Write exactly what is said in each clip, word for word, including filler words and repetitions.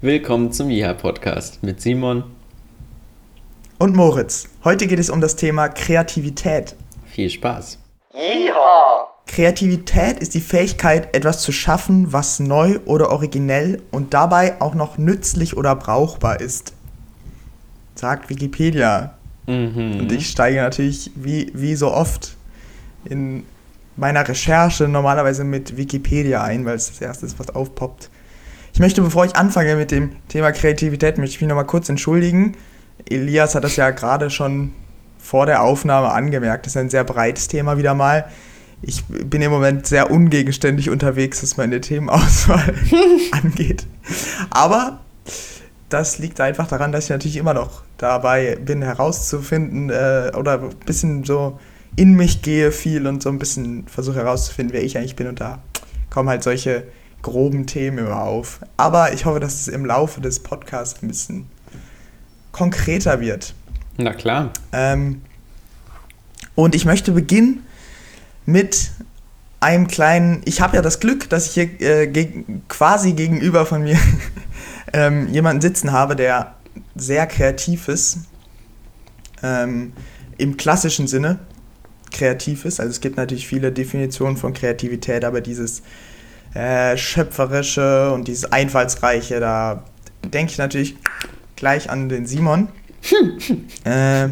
Willkommen zum Jiha-Podcast mit Simon und Moritz. Heute geht es um das Thema Kreativität. Viel Spaß. Jiha! Kreativität ist die Fähigkeit, etwas zu schaffen, was neu oder originell und dabei auch noch nützlich oder brauchbar ist. Sagt Wikipedia. Mhm. Und ich steige natürlich wie, wie so oft in meiner Recherche normalerweise mit Wikipedia ein, weil es das erste ist, was aufpoppt. Ich möchte, bevor ich anfange mit dem Thema Kreativität, möchte ich mich nochmal kurz entschuldigen. Elias hat das ja gerade schon vor der Aufnahme angemerkt. Das ist ein sehr breites Thema wieder mal. Ich bin im Moment sehr ungegenständig unterwegs, was meine Themenauswahl angeht. Aber das liegt einfach daran, dass ich natürlich immer noch dabei bin, herauszufinden äh, oder ein bisschen so in mich gehe viel und so ein bisschen versuche herauszufinden, wer ich eigentlich bin. Und da kommen halt solche groben Themen immer auf. Aber ich hoffe, dass es im Laufe des Podcasts ein bisschen konkreter wird. Na klar. Ähm, und ich möchte beginnen mit einem kleinen, ich habe ja das Glück, dass ich hier äh, geg- quasi gegenüber von mir ähm, jemanden sitzen habe, der sehr kreativ ist, ähm, im klassischen Sinne kreativ ist. Also es gibt natürlich viele Definitionen von Kreativität, aber dieses äh, schöpferische und dieses einfallsreiche, da denke ich natürlich gleich an den Simon. äh,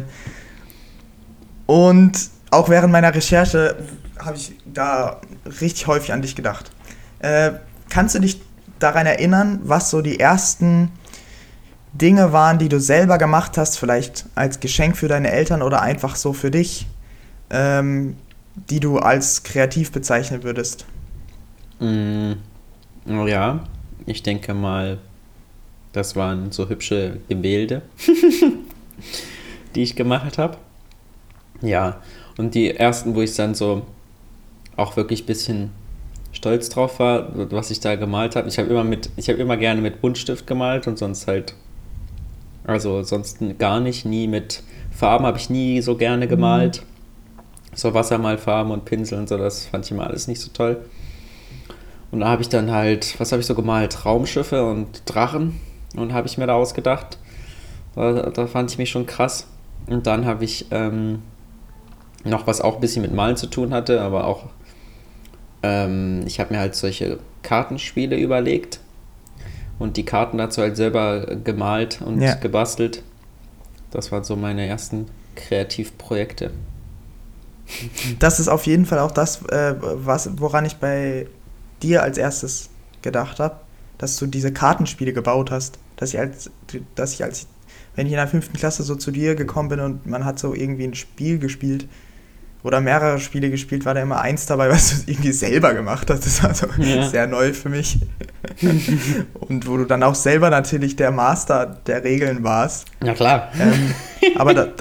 und auch während meiner Recherche habe ich da richtig häufig an dich gedacht. Äh, kannst du dich daran erinnern, was so die ersten Dinge waren, die du selber gemacht hast, vielleicht als Geschenk für deine Eltern oder einfach so für dich, ähm, die du als kreativ bezeichnen würdest? Mm, ja, ich denke mal, das waren so hübsche Gemälde, die ich gemacht habe. Ja, und die ersten, wo ich dann so auch wirklich ein bisschen stolz drauf war, was ich da gemalt habe. Ich habe immer mit, ich habe immer gerne mit Buntstift gemalt und sonst halt, also sonst gar nicht, nie mit Farben habe ich nie so gerne gemalt. So Wassermalfarben und Pinsel und so, das fand ich immer alles nicht so toll. Und da habe ich dann halt, was habe ich so gemalt? Raumschiffe und Drachen und habe ich mir da ausgedacht. Da, da fand ich mich schon krass. Und dann habe ich ähm, noch was auch ein bisschen mit Malen zu tun hatte, aber auch, ähm, ich habe mir halt solche Kartenspiele überlegt und die Karten dazu halt selber gemalt und ja. gebastelt. Das waren so meine ersten Kreativprojekte. Das ist auf jeden Fall auch das, äh, was, woran ich bei dir als erstes gedacht habe, dass du diese Kartenspiele gebaut hast. Dass ich als, dass ich als, wenn ich in der fünften Klasse so zu dir gekommen bin und man hat so irgendwie ein Spiel gespielt oder mehrere Spiele gespielt, war da immer eins dabei, was du irgendwie selber gemacht hast. Das war so ja. sehr neu für mich. Und wo du dann auch selber natürlich der Master der Regeln warst. Ja, klar. Ähm, aber da,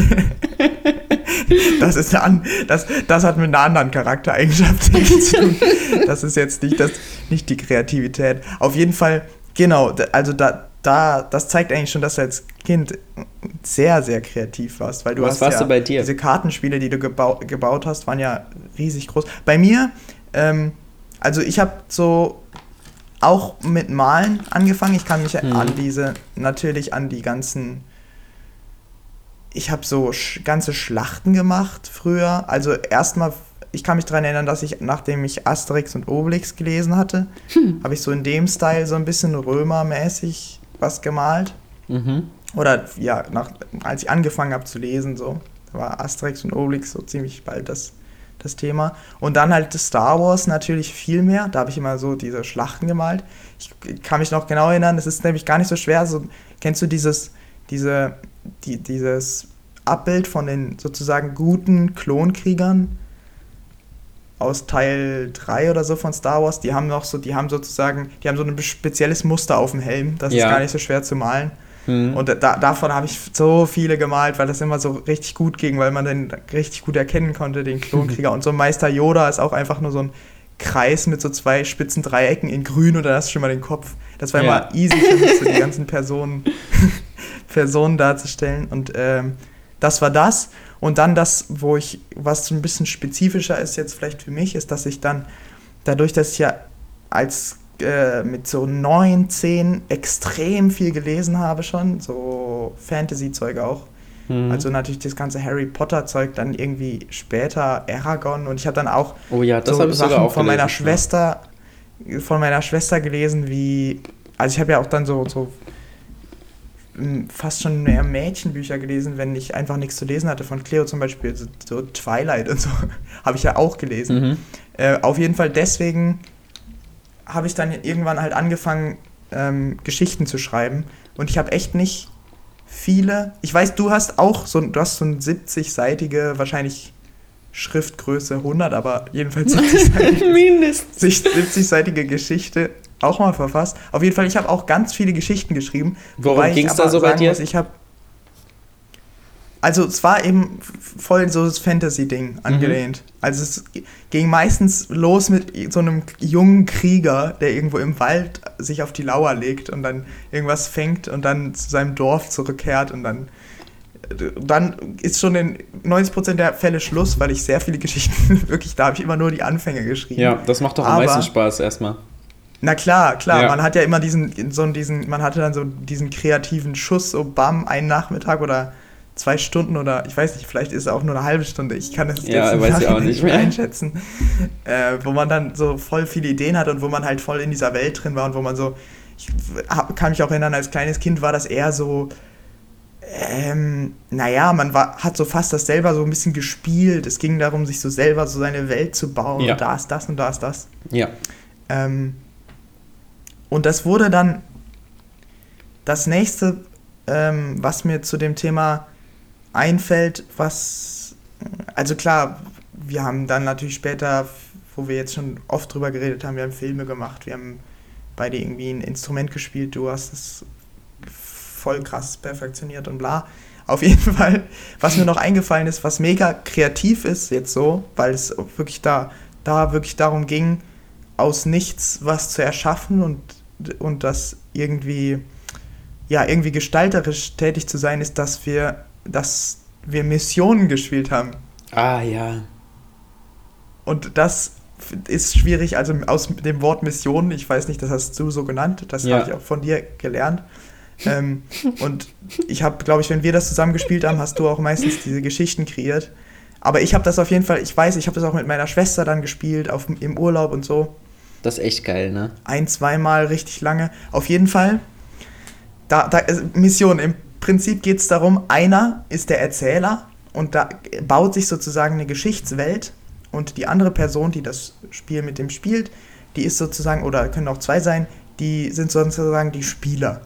das ist eine, das, das hat mit einer anderen Charaktereigenschaft zu tun. Das ist jetzt nicht, das, nicht die Kreativität. Auf jeden Fall, genau, also da, da, das zeigt eigentlich schon, dass du als Kind sehr, sehr kreativ warst. Weil du Was hast warst ja du bei dir? Diese Kartenspiele, die du gebau, gebaut hast, waren ja riesig groß. Bei mir, ähm, also ich habe so auch mit Malen angefangen. Ich kann mich hm. an diese, natürlich an die ganzen... Ich habe so sch- ganze Schlachten gemacht früher. Also erstmal, ich kann mich daran erinnern, dass ich, nachdem ich Asterix und Obelix gelesen hatte, hm. habe ich so in dem Style so ein bisschen römermäßig was gemalt. Mhm. Oder ja, nach, als ich angefangen habe zu lesen, so, war Asterix und Obelix so ziemlich bald das, das Thema. Und dann halt Star Wars natürlich viel mehr. Da habe ich immer so diese Schlachten gemalt. Ich kann mich noch genau erinnern, es ist nämlich gar nicht so schwer. So, kennst du dieses, diese... Die, dieses Abbild von den sozusagen guten Klonkriegern aus Teil drei oder so von Star Wars, die haben noch so, die haben sozusagen, die haben so ein spezielles Muster auf dem Helm, das ja. ist gar nicht so schwer zu malen. Mhm. Und da, davon habe ich so viele gemalt, weil das immer so richtig gut ging, weil man den richtig gut erkennen konnte, den Klonkrieger. Und so Meister Yoda ist auch einfach nur so ein Kreis mit so zwei spitzen Dreiecken in grün und dann hast du schon mal den Kopf. Das war ja. immer easy für mich, so die ganzen Personen Personen darzustellen und ähm, das war das. Und dann das, wo ich, was so ein bisschen spezifischer ist jetzt vielleicht für mich, ist, dass ich dann, dadurch, dass ich ja als äh, mit so neun, zehn extrem viel gelesen habe schon, so Fantasy-Zeug auch. Mhm. Also natürlich das ganze Harry Potter-Zeug, dann irgendwie später Eragon und ich habe dann auch oh ja, das so hab ich Sachen sogar auch von gelesen, meiner ja. Schwester, von meiner Schwester gelesen, wie, also ich habe ja auch dann so, so fast schon mehr Mädchenbücher gelesen, wenn ich einfach nichts zu lesen hatte, von Cleo zum Beispiel, so, so Twilight und so, habe ich ja auch gelesen. Mhm. Äh, auf jeden Fall deswegen habe ich dann irgendwann halt angefangen, ähm, Geschichten zu schreiben und ich habe echt nicht viele, ich weiß, du hast auch so, du hast so eine siebzig-seitige, wahrscheinlich Schriftgröße hundert, aber jedenfalls siebzig-seitige Geschichte auch mal verfasst. Auf jeden Fall, ich habe auch ganz viele Geschichten geschrieben. Worum ging es da so bei dir? Muss, ich habe also es war eben voll so das Fantasy-Ding angelehnt. Mhm. Also es ging meistens los mit so einem jungen Krieger, der irgendwo im Wald sich auf die Lauer legt und dann irgendwas fängt und dann zu seinem Dorf zurückkehrt und dann dann ist schon in neunzig Prozent der Fälle Schluss, weil ich sehr viele Geschichten, wirklich, da habe ich immer nur die Anfänge geschrieben. Ja, das macht doch am Aber, meisten Spaß erstmal. Na klar, klar, ja. Man hat ja immer diesen, so diesen, man hatte dann so diesen kreativen Schuss, so bam, einen Nachmittag oder zwei Stunden oder ich weiß nicht, vielleicht ist es auch nur eine halbe Stunde, ich kann das ja, jetzt weiß ich auch nicht mehr einschätzen, äh, wo man dann so voll viele Ideen hat und wo man halt voll in dieser Welt drin war und wo man so, ich hab, kann mich auch erinnern, als kleines Kind war das eher so, ähm, naja, man war, hat so fast das selber so ein bisschen gespielt, es ging darum, sich so selber so seine Welt zu bauen ja. und da ist das und da ist das. Ja. Ähm, und das wurde dann das nächste, ähm, was mir zu dem Thema einfällt, was, also klar, wir haben dann natürlich später, wo wir jetzt schon oft drüber geredet haben, wir haben Filme gemacht, wir haben beide irgendwie ein Instrument gespielt, du hast es voll krass perfektioniert und bla. Auf jeden Fall, was mir noch eingefallen ist, was mega kreativ ist jetzt so, weil es wirklich da, da wirklich darum ging, aus nichts was zu erschaffen und, und das irgendwie, ja, irgendwie gestalterisch tätig zu sein, ist, dass wir, dass wir Missionen gespielt haben. Ah, ja. Und das ist schwierig, also aus dem Wort Mission, ich weiß nicht, das hast du so genannt, das ja. habe ich auch von dir gelernt. ähm, und ich habe, glaube ich, wenn wir das zusammen gespielt haben, hast du auch meistens diese Geschichten kreiert. Aber ich habe das auf jeden Fall, ich weiß, ich habe das auch mit meiner Schwester dann gespielt, auf, im Urlaub und so. Das ist echt geil, ne? Ein-, zweimal richtig lange. Auf jeden Fall, da, da Mission, im Prinzip geht es darum, einer ist der Erzähler und da baut sich sozusagen eine Geschichtswelt und die andere Person, die das Spiel mit dem spielt, die ist sozusagen, oder können auch zwei sein, die sind sozusagen die Spieler.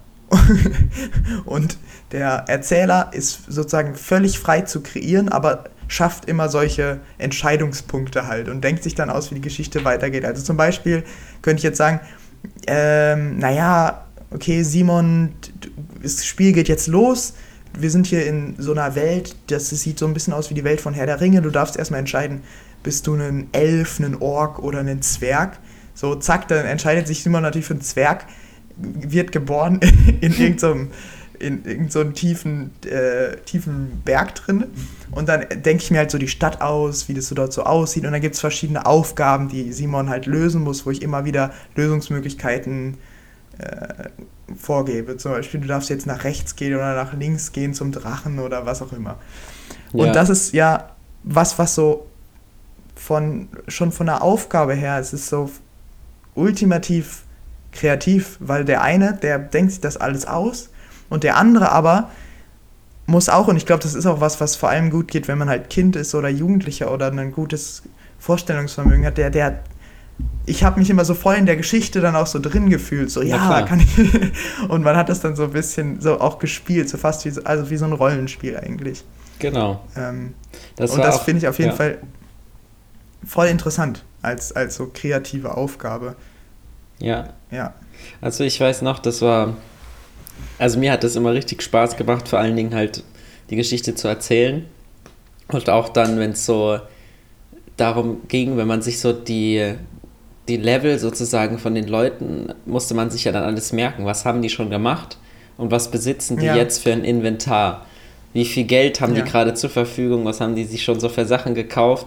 Und der Erzähler ist sozusagen völlig frei zu kreieren, aber schafft immer solche Entscheidungspunkte halt und denkt sich dann aus, wie die Geschichte weitergeht. Also zum Beispiel könnte ich jetzt sagen, ähm, naja, okay, Simon, das Spiel geht jetzt los, wir sind hier in so einer Welt, das sieht so ein bisschen aus wie die Welt von Herr der Ringe, du darfst erstmal entscheiden, bist du ein Elf, ein Ork oder ein Zwerg? So, zack, dann entscheidet sich Simon natürlich für einen Zwerg, wird geboren in irgendeinem in irgendeinem tiefen, äh, tiefen Berg drin und dann denke ich mir halt so die Stadt aus, wie das so dort so aussieht und dann gibt es verschiedene Aufgaben, die Simon halt lösen muss, wo ich immer wieder Lösungsmöglichkeiten äh, vorgebe. Zum Beispiel, du darfst jetzt nach rechts gehen oder nach links gehen zum Drachen oder was auch immer. Und ja. Das ist ja was, was so von schon von der Aufgabe her, es ist so ultimativ kreativ, weil der eine, der denkt sich das alles aus und der andere aber muss auch, und ich glaube, das ist auch was, was vor allem gut geht, wenn man halt Kind ist oder Jugendlicher oder ein gutes Vorstellungsvermögen hat, der, der, ich habe mich immer so voll in der Geschichte dann auch so drin gefühlt, so ja, ja kann ich, und man hat das dann so ein bisschen so auch gespielt, so fast wie so, also wie so ein Rollenspiel eigentlich. Genau. Ähm, das und das finde ich auf jeden ja. Fall voll interessant als, als so kreative Aufgabe. Ja. Ja. Also ich weiß noch, das war, also mir hat das immer richtig Spaß gemacht, vor allen Dingen halt die Geschichte zu erzählen und auch dann, wenn es so darum ging, wenn man sich so die, die Level sozusagen von den Leuten, musste man sich ja dann alles merken, was haben die schon gemacht und was besitzen die ja. jetzt für ein Inventar, wie viel Geld haben ja. die gerade zur Verfügung, was haben die sich schon so für Sachen gekauft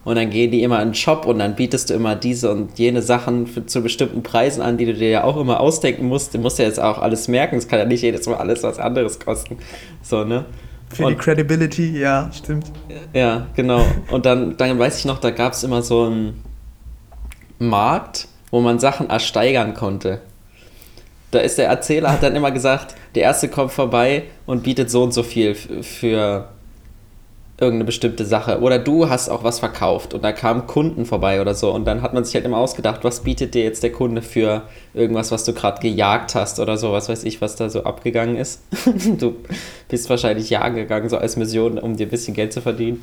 Und dann gehen die immer in den Shop und dann bietest du immer diese und jene Sachen für, zu bestimmten Preisen an, die du dir ja auch immer ausdenken musst. Du musst ja jetzt auch alles merken, es kann ja nicht jedes Mal alles was anderes kosten. So, ne? Für und, die Credibility, ja, stimmt. Ja, genau. Und dann, dann weiß ich noch, da gab es immer so einen Markt, wo man Sachen ersteigern konnte. Da ist der Erzähler, hat dann immer gesagt, der Erste kommt vorbei und bietet so und so viel f- für irgendeine bestimmte Sache. Oder du hast auch was verkauft und da kamen Kunden vorbei oder so. Und dann hat man sich halt immer ausgedacht, was bietet dir jetzt der Kunde für irgendwas, was du gerade gejagt hast oder so, was weiß ich, was da so abgegangen ist. Du bist wahrscheinlich jagen gegangen, so als Mission, um dir ein bisschen Geld zu verdienen.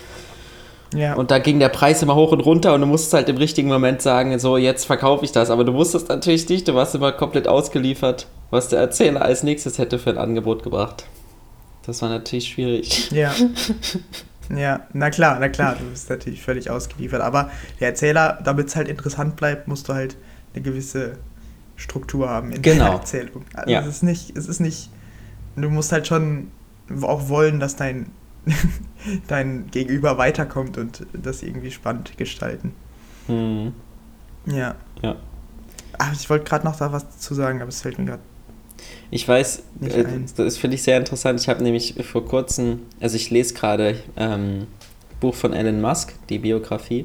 Ja. Und da ging der Preis immer hoch und runter und du musstest halt im richtigen Moment sagen, so, jetzt verkaufe ich das. Aber du wusstest natürlich nicht, du warst immer komplett ausgeliefert, was der Erzähler als nächstes hätte für ein Angebot gebracht. Das war natürlich schwierig. Ja. Ja, na klar, na klar, du bist natürlich völlig ausgeliefert. Aber der Erzähler, damit es halt interessant bleibt, musst du halt eine gewisse Struktur haben in Genau. der Erzählung. Also Ja. es ist nicht, es ist nicht, du musst halt schon auch wollen, dass dein, dein Gegenüber weiterkommt und das irgendwie spannend gestalten. Hm. Ja. Ja. Ach, ich wollte gerade noch da was zu sagen, aber es fällt mir gerade. Ich weiß, Nicht äh, ein. das finde ich sehr interessant. Ich habe nämlich vor kurzem, also ich lese gerade ähm, Buch von Elon Musk, die Biografie.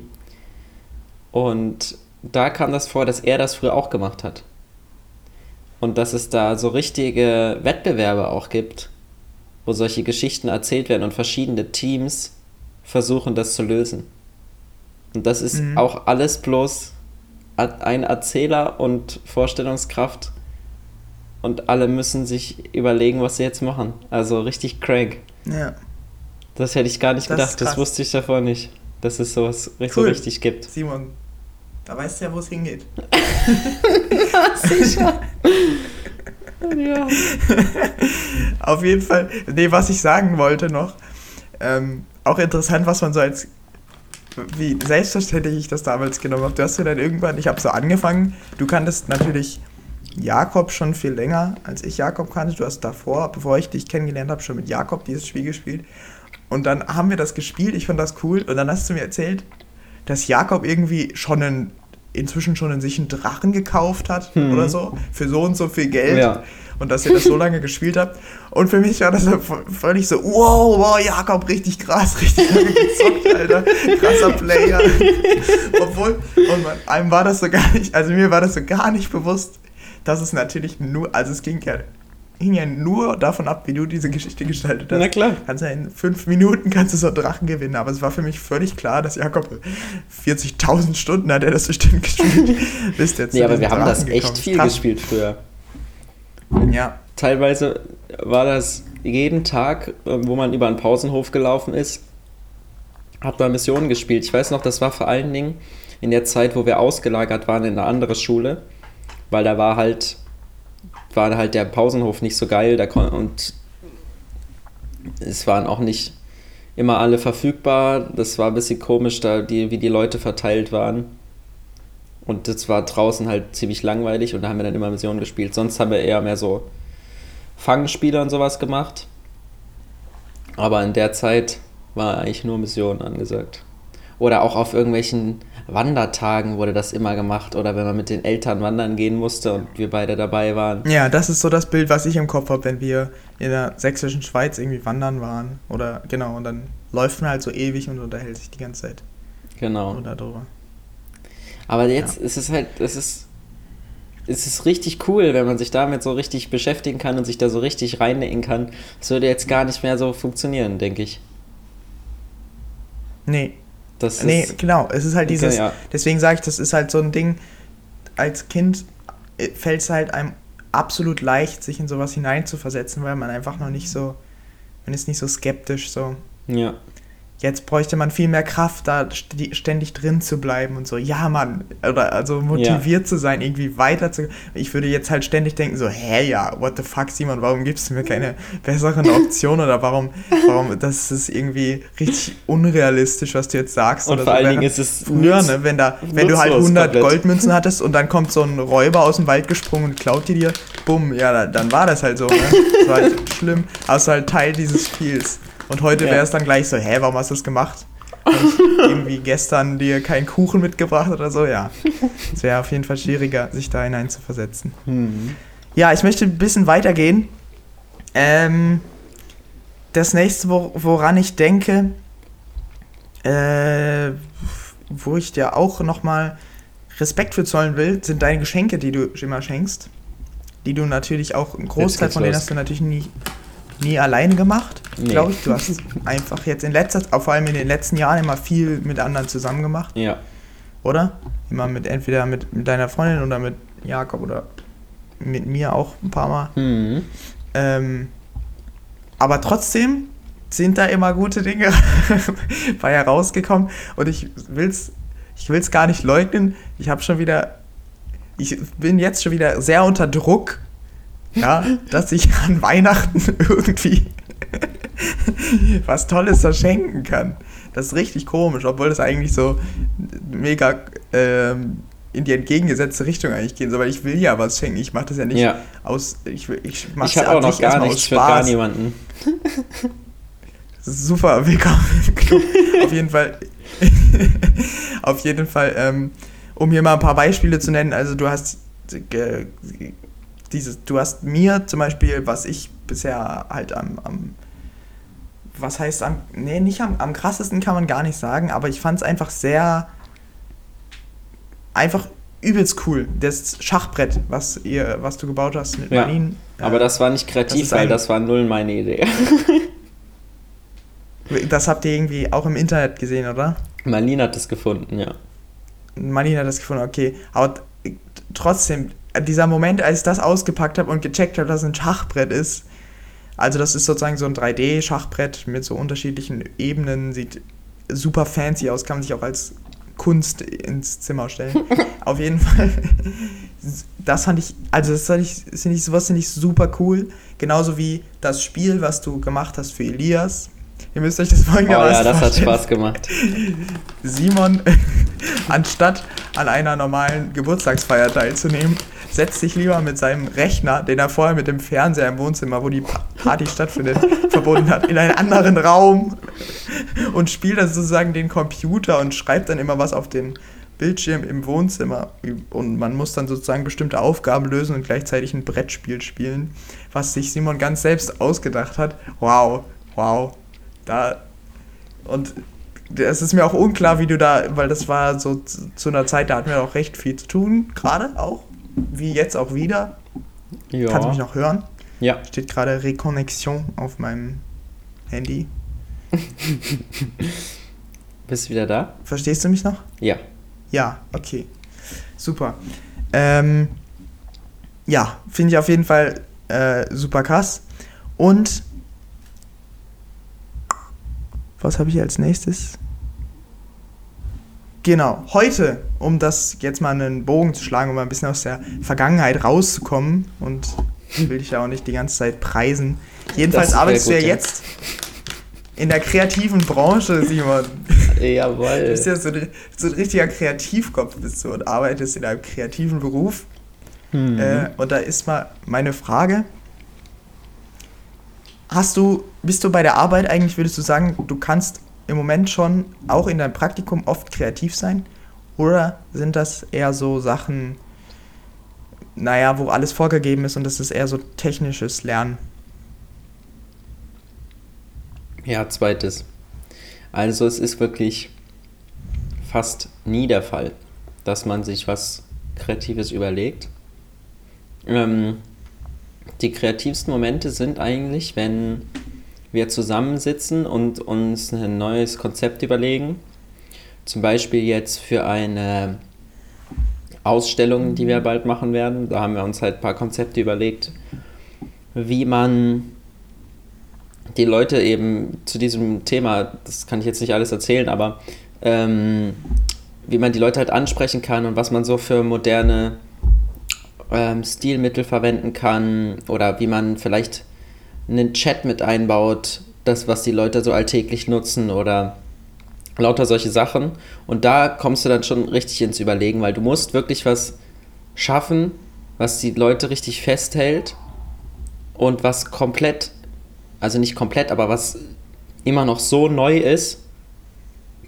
Und da kam das vor, dass er das früher auch gemacht hat. Und dass es da so richtige Wettbewerbe auch gibt, wo solche Geschichten erzählt werden und verschiedene Teams versuchen, das zu lösen. Und das ist Mhm. auch alles bloß ein Erzähler und Vorstellungskraft. Und alle müssen sich überlegen, was sie jetzt machen. Also richtig crank. Ja. Das hätte ich gar nicht Das gedacht. ist Das krass. wusste ich davor nicht. Dass es sowas so Cool. richtig gibt. Simon, da weißt du ja, wo es hingeht. Sicher. Ja. Auf jeden Fall, nee, was ich sagen wollte noch, ähm, auch interessant, was man so als, wie selbstverständlich ich das damals genommen habe. Du hast ja dann irgendwann, ich habe so angefangen, du kanntest natürlich Jakob schon viel länger, als ich Jakob kannte. Du hast davor, bevor ich dich kennengelernt habe, schon mit Jakob dieses Spiel gespielt. Und dann haben wir das gespielt, ich fand das cool. Und dann hast du mir erzählt, dass Jakob irgendwie schon einen, inzwischen schon in sich einen Drachen gekauft hat Hm. oder so, für so und so viel Geld. Ja. Und dass ihr das so lange gespielt habt. Und für mich war das so völlig so, wow, wow, Jakob, richtig krass, richtig lange gezockt, Alter. Krasser Player. Obwohl, und man, einem war das so gar nicht, also mir war das so gar nicht bewusst, dass es natürlich nur, also es ging ja, hing ja nur davon ab, wie du diese Geschichte gestaltet hast. Na klar. Kannst ja in fünf Minuten kannst du so einen Drachen gewinnen, aber es war für mich völlig klar, dass Jakob vierzigtausend Stunden hat er das bestimmt gespielt. Bis der zu Nee, aber diesem wir haben Drachen das gekommen echt ist. viel Krass. gespielt früher. Ja, Teilweise war das jeden Tag, äh, wo man über einen Pausenhof gelaufen ist, hat man Missionen gespielt. Ich weiß noch, das war vor allen Dingen in der Zeit, wo wir ausgelagert waren in eine andere Schule, weil da war halt, war halt der Pausenhof nicht so geil, da kon- und es waren auch nicht immer alle verfügbar. Das war ein bisschen komisch, da die, wie die Leute verteilt waren. Und das war draußen halt ziemlich langweilig und da haben wir dann immer Missionen gespielt. Sonst haben wir eher mehr so Fangspiele und sowas gemacht. Aber in der Zeit war eigentlich nur Missionen angesagt. Oder auch auf irgendwelchen Wandertagen wurde das immer gemacht. Oder wenn man mit den Eltern wandern gehen musste und wir beide dabei waren. ja, das ist so das Bild, was ich im Kopf habe, wenn wir in der sächsischen Schweiz irgendwie wandern waren. Oder genau, und dann läuft man halt so ewig und unterhält sich die ganze Zeit Genau. oder darüber. Aber jetzt ist es halt, es ist, es ist richtig cool, wenn man sich damit so richtig beschäftigen kann und sich da so richtig reindenken kann. Das würde jetzt gar nicht mehr so funktionieren, denke ich. Nee, Das nee, ist, genau. Es ist halt dieses, ja. deswegen sage ich, das ist halt so ein Ding, als Kind fällt es halt einem absolut leicht, sich in sowas hineinzuversetzen, weil man einfach noch nicht so, man ist nicht so skeptisch, so. Ja. Jetzt bräuchte man viel mehr Kraft, da st- ständig drin zu bleiben und so, ja Mann, oder also motiviert ja. zu sein, irgendwie weiter zu. Ich würde jetzt halt ständig denken, so, hä, ja, what the fuck, Simon, warum gibst du mir keine besseren Optionen oder warum, warum, das ist irgendwie richtig unrealistisch, was du jetzt sagst. Und oder vor so. allen Dingen ist es früher, ne, wenn da, wenn du halt hundert komplett. Goldmünzen hattest und dann kommt so ein Räuber aus dem Wald gesprungen und klaut die dir, bumm, ja, dann war das halt so, ne? Das war halt schlimm, aber es war halt Teil dieses Spiels. Und heute Ja. wäre es dann gleich so, hä, warum hast du das gemacht? Habe ich irgendwie gestern dir keinen Kuchen mitgebracht oder so? Ja. Es wäre auf jeden Fall schwieriger, sich da hinein zu versetzen. Mhm. Ja, ich möchte ein bisschen weitergehen. Ähm, das nächste, wo, woran ich denke, äh, wo ich dir auch nochmal Respekt für zollen will, sind deine Geschenke, die du immer schenkst. Die du natürlich auch, einen Großteil von denen los. hast du natürlich nie, nie alleine gemacht, Nee. glaube ich. Du hast einfach jetzt in letzter, vor allem in den letzten Jahren immer viel mit anderen zusammen gemacht, Ja. oder? Immer mit, entweder mit, mit deiner Freundin oder mit Jakob oder mit mir auch ein paar Mal. Mhm. Ähm, aber trotzdem sind da immer gute Dinge bei herausgekommen und ich will's, ich will's gar nicht leugnen. Ich habe schon wieder, ich bin jetzt schon wieder sehr unter Druck, ja, dass ich an Weihnachten irgendwie was Tolles verschenken kann. Das ist richtig komisch, obwohl das eigentlich so mega ähm, in die entgegengesetzte Richtung eigentlich gehen soll, weil ich will ja was schenken. Ich mache das ja nicht Ja. aus, ich, will- ich mache Ich habe auch noch gar nichts für gar niemanden. Super, willkommen im Club. Auf jeden Fall, auf jeden Fall, ähm, um hier mal ein paar Beispiele zu nennen, also du hast äh, dieses, du hast mir zum Beispiel, was ich bisher halt am, am was heißt am, nee, nicht am, am krassesten kann man gar nicht sagen, aber ich fand es einfach sehr, einfach übelst cool, das Schachbrett, was ihr, was du gebaut hast mit Ja, Marlin. aber äh, das war nicht das kreativ, ist weil ein- das war null meine Idee. Das habt ihr irgendwie auch im Internet gesehen, oder? Marlene hat das gefunden, ja. Marlene hat das gefunden, okay. Aber t- trotzdem, dieser Moment, als ich das ausgepackt habe und gecheckt habe, dass es ein Schachbrett ist, also das ist sozusagen so ein drei D-Schachbrett mit so unterschiedlichen Ebenen, sieht super fancy aus, kann man sich auch als Kunst ins Zimmer stellen. Auf jeden Fall, das fand ich, also das fand ich, finde ich, sowas finde ich super cool. Genauso wie das Spiel, was du gemacht hast für Elias. Ihr müsst euch das Oh folgendermaßen ja, das hat vorstellen. Spaß gemacht. Simon, anstatt an einer normalen Geburtstagsfeier teilzunehmen, setzt sich lieber mit seinem Rechner, den er vorher mit dem Fernseher im Wohnzimmer, wo die Pa- Party stattfindet, verbunden hat, in einen anderen Raum und spielt dann sozusagen den Computer und schreibt dann immer was auf den Bildschirm im Wohnzimmer. Und man muss dann sozusagen bestimmte Aufgaben lösen und gleichzeitig ein Brettspiel spielen, was sich Simon ganz selbst ausgedacht hat. Wow, wow. Da, und es ist mir auch unklar, wie du da, weil das war so zu, zu einer Zeit, da hatten wir auch recht viel zu tun, gerade auch, wie jetzt auch wieder. Ja. Kannst du mich noch hören? Ja. Steht gerade Reconnexion auf meinem Handy. Bist du wieder da? Verstehst du mich noch? Ja. Ja, okay. Super. Ähm, ja, finde ich auf jeden Fall äh, super krass. Und was habe ich als nächstes? Genau, heute, um das jetzt mal einen Bogen zu schlagen, um mal ein bisschen aus der Vergangenheit rauszukommen, und ich will dich ja auch nicht die ganze Zeit preisen. Jedenfalls Das wär arbeitest du ja gut, ja. jetzt in der kreativen Branche, Simon. Du Jawohl. bist ja so ein, so ein richtiger Kreativkopf bist du und arbeitest in einem kreativen Beruf. Mhm. Äh, und da ist mal meine Frage: Hast du, bist du bei der Arbeit eigentlich, würdest du sagen, du kannst im Moment schon auch in deinem Praktikum oft kreativ sein? Oder sind das eher so Sachen, naja, wo alles vorgegeben ist und das ist eher so technisches Lernen? Ja, zweites. Also es ist wirklich fast nie der Fall, dass man sich was Kreatives überlegt. Ähm, die kreativsten Momente sind eigentlich, wenn wir zusammensitzen und uns ein neues Konzept überlegen. Zum Beispiel jetzt für eine Ausstellung, die wir bald machen werden. Da haben wir uns halt ein paar Konzepte überlegt, wie man die Leute eben zu diesem Thema, das kann ich jetzt nicht alles erzählen, aber ähm, wie man die Leute halt ansprechen kann und was man so für moderne ähm, Stilmittel verwenden kann oder wie man vielleicht einen Chat mit einbaut, das, was die Leute so alltäglich nutzen oder lauter solche Sachen. Und da kommst du dann schon richtig ins Überlegen, weil du musst wirklich was schaffen, was die Leute richtig festhält und was komplett, also nicht komplett, aber was immer noch so neu ist,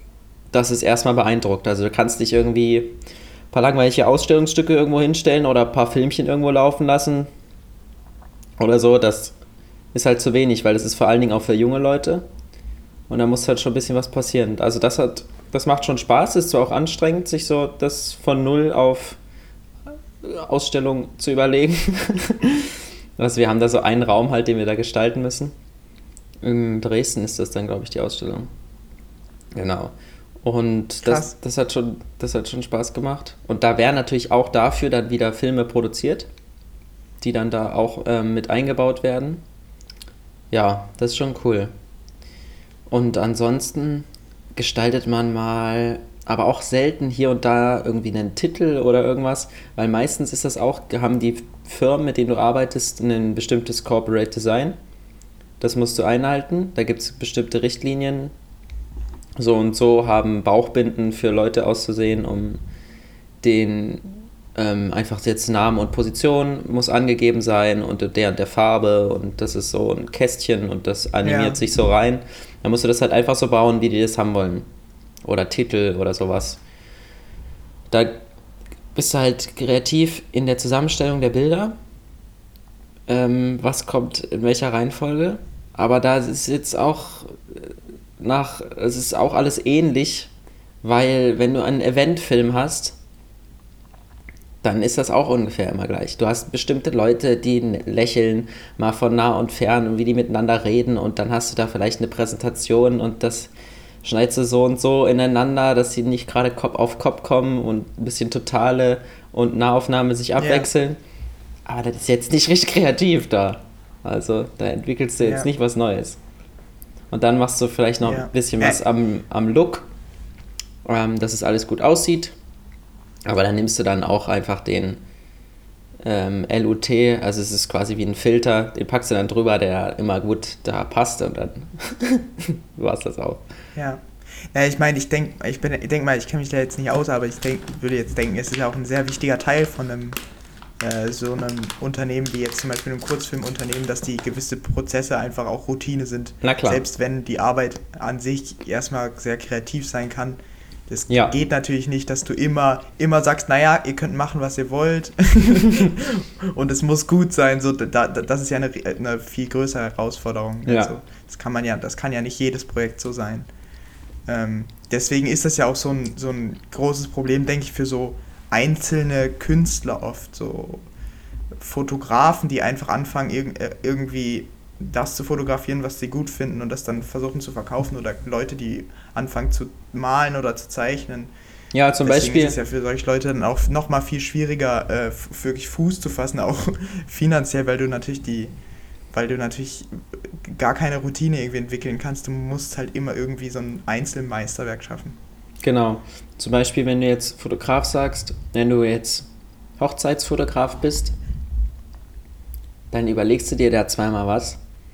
das ist erstmal beeindruckt. Also du kannst nicht irgendwie ein paar langweilige Ausstellungsstücke irgendwo hinstellen oder ein paar Filmchen irgendwo laufen lassen oder so. Das ist halt zu wenig, weil das ist vor allen Dingen auch für junge Leute. Und da muss halt schon ein bisschen was passieren. Also das hat, das macht schon Spaß, ist zwar auch anstrengend, sich so das von null auf Ausstellung zu überlegen. Also wir haben da so einen Raum halt, den wir da gestalten müssen. In Dresden ist das dann, glaube ich, die Ausstellung. Genau. Und das, das, hat schon, das hat schon Spaß gemacht. Und da werden natürlich auch dafür dann wieder Filme produziert, die dann da auch ähm, mit eingebaut werden. Ja, das ist schon cool. Und ansonsten gestaltet man mal, aber auch selten hier und da irgendwie einen Titel oder irgendwas, weil meistens ist das auch, haben die Firmen, mit denen du arbeitest, ein bestimmtes Corporate Design. Das musst du einhalten. Da gibt es bestimmte Richtlinien. So und so haben Bauchbinden für Leute auszusehen, um den ähm, einfach jetzt Namen und Position muss angegeben sein und der und der Farbe und das ist so ein Kästchen und das animiert ja. sich so rein. Dann musst du das halt einfach so bauen, wie die das haben wollen. Oder Titel oder sowas. Da bist du halt kreativ in der Zusammenstellung der Bilder. Ähm, was kommt in welcher Reihenfolge. Aber da ist jetzt auch nach, es ist auch alles ähnlich, weil wenn du einen Eventfilm hast, dann ist das auch ungefähr immer gleich. Du hast bestimmte Leute, die lächeln, mal von nah und fern und wie die miteinander reden und dann hast du da vielleicht eine Präsentation und das schneidest du so und so ineinander, dass sie nicht gerade Kopf auf Kopf kommen und ein bisschen Totale und Nahaufnahme sich abwechseln. Ja. Aber das ist jetzt nicht richtig kreativ da. Also da entwickelst du jetzt ja. nicht was Neues. Und dann machst du vielleicht noch ja. ein bisschen was am, am Look, ähm, dass es alles gut aussieht. Aber dann nimmst du dann auch einfach den ähm, L U T, also es ist quasi wie ein Filter, den packst du dann drüber, der immer gut da passt und dann war es das auch. Ja. Ja, ich meine, ich denke ich bin, ich denk mal, ich kenne mich da jetzt nicht aus, aber ich denk, würde jetzt denken, es ist ja auch ein sehr wichtiger Teil von einem äh, so einem Unternehmen wie jetzt zum Beispiel einem Kurzfilmunternehmen, dass die gewisse Prozesse einfach auch Routine sind. Na klar. Selbst wenn die Arbeit an sich erstmal sehr kreativ sein kann. Es ja. geht natürlich nicht, dass du immer, immer sagst, naja, ihr könnt machen, was ihr wollt und es muss gut sein. So, da, das ist ja eine, eine viel größere Herausforderung. Ja. Also, das kann man ja, das kann ja nicht jedes Projekt so sein. Ähm, deswegen ist das ja auch so ein, so ein großes Problem, denke ich, für so einzelne Künstler oft, so Fotografen, die einfach anfangen, irg- irgendwie das zu fotografieren, was sie gut finden und das dann versuchen zu verkaufen oder Leute, die anfangen zu malen oder zu zeichnen. Ja, zum Deswegen Beispiel. ist es ja für solche Leute dann auch nochmal viel schwieriger, äh, f- wirklich Fuß zu fassen, auch finanziell, weil du natürlich die, weil du natürlich gar keine Routine irgendwie entwickeln kannst. Du musst halt immer irgendwie so ein Einzelmeisterwerk schaffen. Genau. Zum Beispiel, wenn du jetzt Fotograf sagst, wenn du jetzt Hochzeitsfotograf bist, dann überlegst du dir da zweimal was.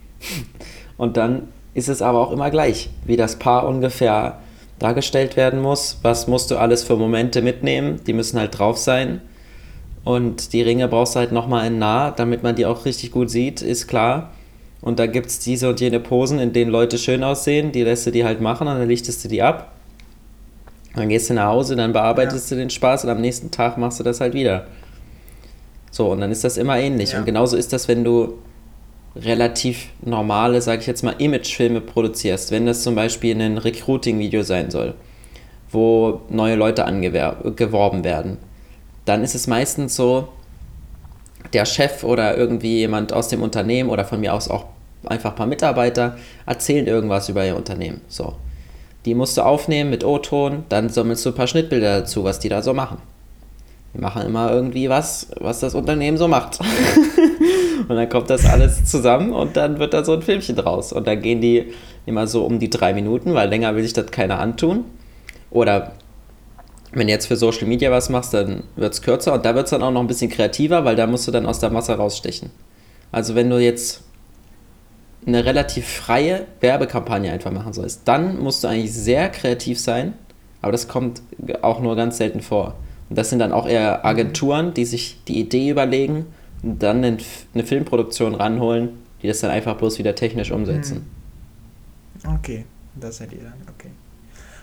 Und dann ist es aber auch immer gleich, wie das Paar ungefähr dargestellt werden muss. Was musst du alles für Momente mitnehmen? Die müssen halt drauf sein. Und die Ringe brauchst du halt nochmal in nah, damit man die auch richtig gut sieht, ist klar. Und da gibt es diese und jene Posen, in denen Leute schön aussehen. Die lässt du die halt machen und dann lichtest du die ab. Dann gehst du nach Hause, dann bearbeitest ja. du den Spaß und am nächsten Tag machst du das halt wieder. So, und dann ist das immer ähnlich. Ja. Und genauso ist das, wenn du relativ normale, sage ich jetzt mal, Imagefilme produzierst. Wenn das zum Beispiel ein Recruiting-Video sein soll, wo neue Leute angeworben werden, dann ist es meistens so, der Chef oder irgendwie jemand aus dem Unternehmen oder von mir aus auch einfach ein paar Mitarbeiter erzählen irgendwas über ihr Unternehmen. So. Die musst du aufnehmen mit O-Ton, dann sammelst du ein paar Schnittbilder dazu, was die da so machen. Die machen immer irgendwie was, was das Unternehmen so macht. Und dann kommt das alles zusammen und dann wird da so ein Filmchen draus. Und dann gehen die immer so um die drei Minuten, weil länger will sich das keiner antun. Oder wenn du jetzt für Social Media was machst, dann wird es kürzer und da wird es dann auch noch ein bisschen kreativer, weil da musst du dann aus der Masse rausstechen. Also wenn du jetzt eine relativ freie Werbekampagne einfach machen sollst, dann musst du eigentlich sehr kreativ sein, aber das kommt auch nur ganz selten vor. Und das sind dann auch eher Agenturen, die sich die Idee überlegen und dann eine Filmproduktion ranholen, die das dann einfach bloß wieder technisch umsetzen. Okay, das seid ihr dann, okay.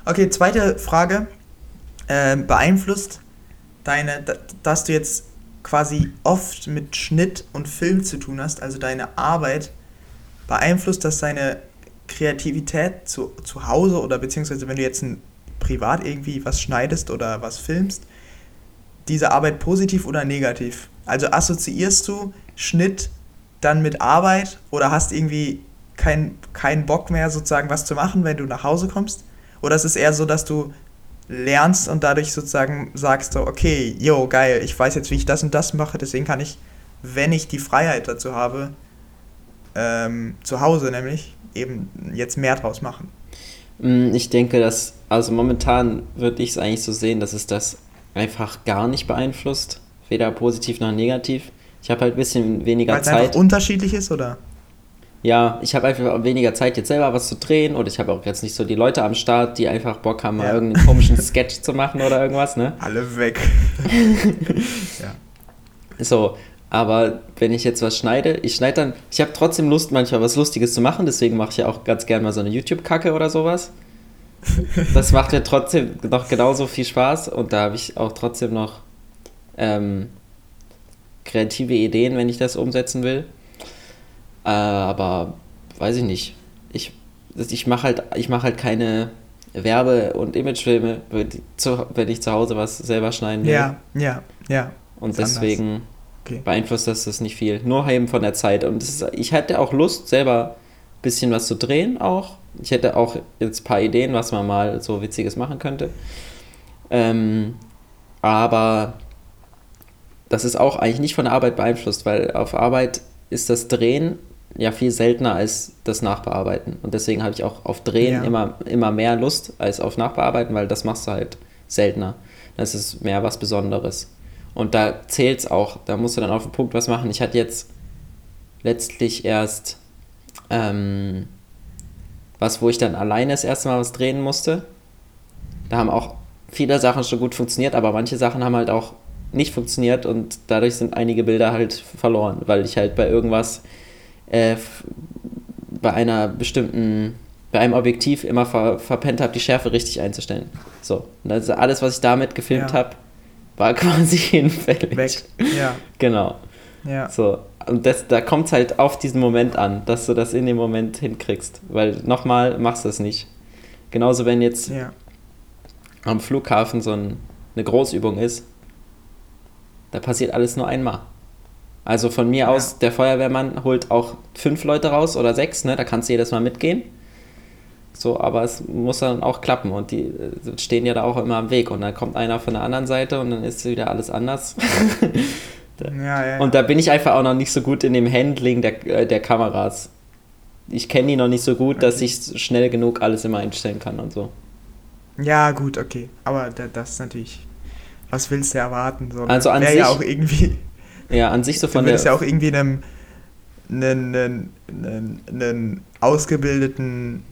Okay, zweite Frage. Äh, beeinflusst deine, da- dass du jetzt quasi oft mit Schnitt und Film zu tun hast, also deine Arbeit, beeinflusst das deine Kreativität zu, zu Hause oder beziehungsweise wenn du jetzt ein, privat irgendwie was schneidest oder was filmst, diese Arbeit positiv oder negativ? Also assoziierst du Schnitt dann mit Arbeit oder hast irgendwie keinen keinen Bock mehr sozusagen was zu machen, wenn du nach Hause kommst? Oder ist es eher so, dass du lernst und dadurch sozusagen sagst so, okay, yo, geil, ich weiß jetzt, wie ich das und das mache, deswegen kann ich, wenn ich die Freiheit dazu habe, ähm, zu Hause nämlich, eben jetzt mehr draus machen. Mm, Ich denke, dass, also momentan würde ich es eigentlich so sehen, dass es das einfach gar nicht beeinflusst, weder positiv noch negativ. Ich habe halt ein bisschen weniger Weil es einfach Zeit. unterschiedlich ist, oder? Ja, ich habe einfach weniger Zeit, jetzt selber was zu drehen oder ich habe auch jetzt nicht so die Leute am Start, die einfach Bock haben, mal Ja. irgendeinen komischen Sketch zu machen oder irgendwas, ne? Alle weg. Ja. So, aber wenn ich jetzt was schneide, ich schneide dann, ich habe trotzdem Lust, manchmal was Lustiges zu machen, deswegen mache ich ja auch ganz gerne mal so eine YouTube-Kacke oder sowas. Das macht mir trotzdem noch genauso viel Spaß und da habe ich auch trotzdem noch ähm, kreative Ideen, wenn ich das umsetzen will. Äh, aber weiß ich nicht. Ich, ich mache halt, ich mache halt keine Werbe- und Imagefilme, wenn die zu- wenn ich zu Hause was selber schneiden will. Ja, ja, ja. Und Ist anders. deswegen Okay. beeinflusst das das nicht viel. Nur eben von der Zeit. Und es ist, ich hatte auch Lust, selber ein bisschen was zu drehen auch. Ich hätte auch jetzt ein paar Ideen, was man mal so Witziges machen könnte. Ähm, aber das ist auch eigentlich nicht von der Arbeit beeinflusst, weil auf Arbeit ist das Drehen ja viel seltener als das Nachbearbeiten. Und deswegen habe ich auch auf Drehen Ja. immer, immer mehr Lust als auf Nachbearbeiten, weil das machst du halt seltener. Das ist mehr was Besonderes. Und da zählt es auch, da musst du dann auf den Punkt was machen. Ich hatte jetzt letztlich erst ähm, was, wo ich dann alleine das erste Mal was drehen musste. Da haben auch viele Sachen schon gut funktioniert, aber manche Sachen haben halt auch nicht funktioniert und dadurch sind einige Bilder halt verloren, weil ich halt bei irgendwas, äh, f- bei einer bestimmten, bei einem Objektiv immer ver verpennt habe, die Schärfe richtig einzustellen. So, und also alles, was ich damit gefilmt Ja. habe, war quasi hinfällig. Weg. Ja, Genau. ja. So, und das, da kommt es halt auf diesen Moment an, dass du das in dem Moment hinkriegst, weil nochmal machst du es nicht. Genauso, wenn jetzt Ja. am Flughafen so ein, eine Großübung ist, da passiert alles nur einmal. Also von mir Ja. aus, der Feuerwehrmann holt auch fünf Leute raus oder sechs, ne? Da kannst du jedes Mal mitgehen. So, aber es muss dann auch klappen und die äh, stehen ja da auch immer am Weg und dann kommt einer von der anderen Seite und dann ist wieder alles anders. Ja, ja, Und da bin ich einfach auch noch nicht so gut in dem Handling der, äh, der Kameras. Ich kenne die noch nicht so gut, dass Okay. ich schnell genug alles immer einstellen kann und so. ja, gut, okay. Aber da, das ist natürlich, was willst du erwarten? So, ne? Also an Wär ja sich- auch irgendwie, Ja, an sich so du von würdest ja der... auch irgendwie einem, einen, einen, einen, einen ausgebildeten,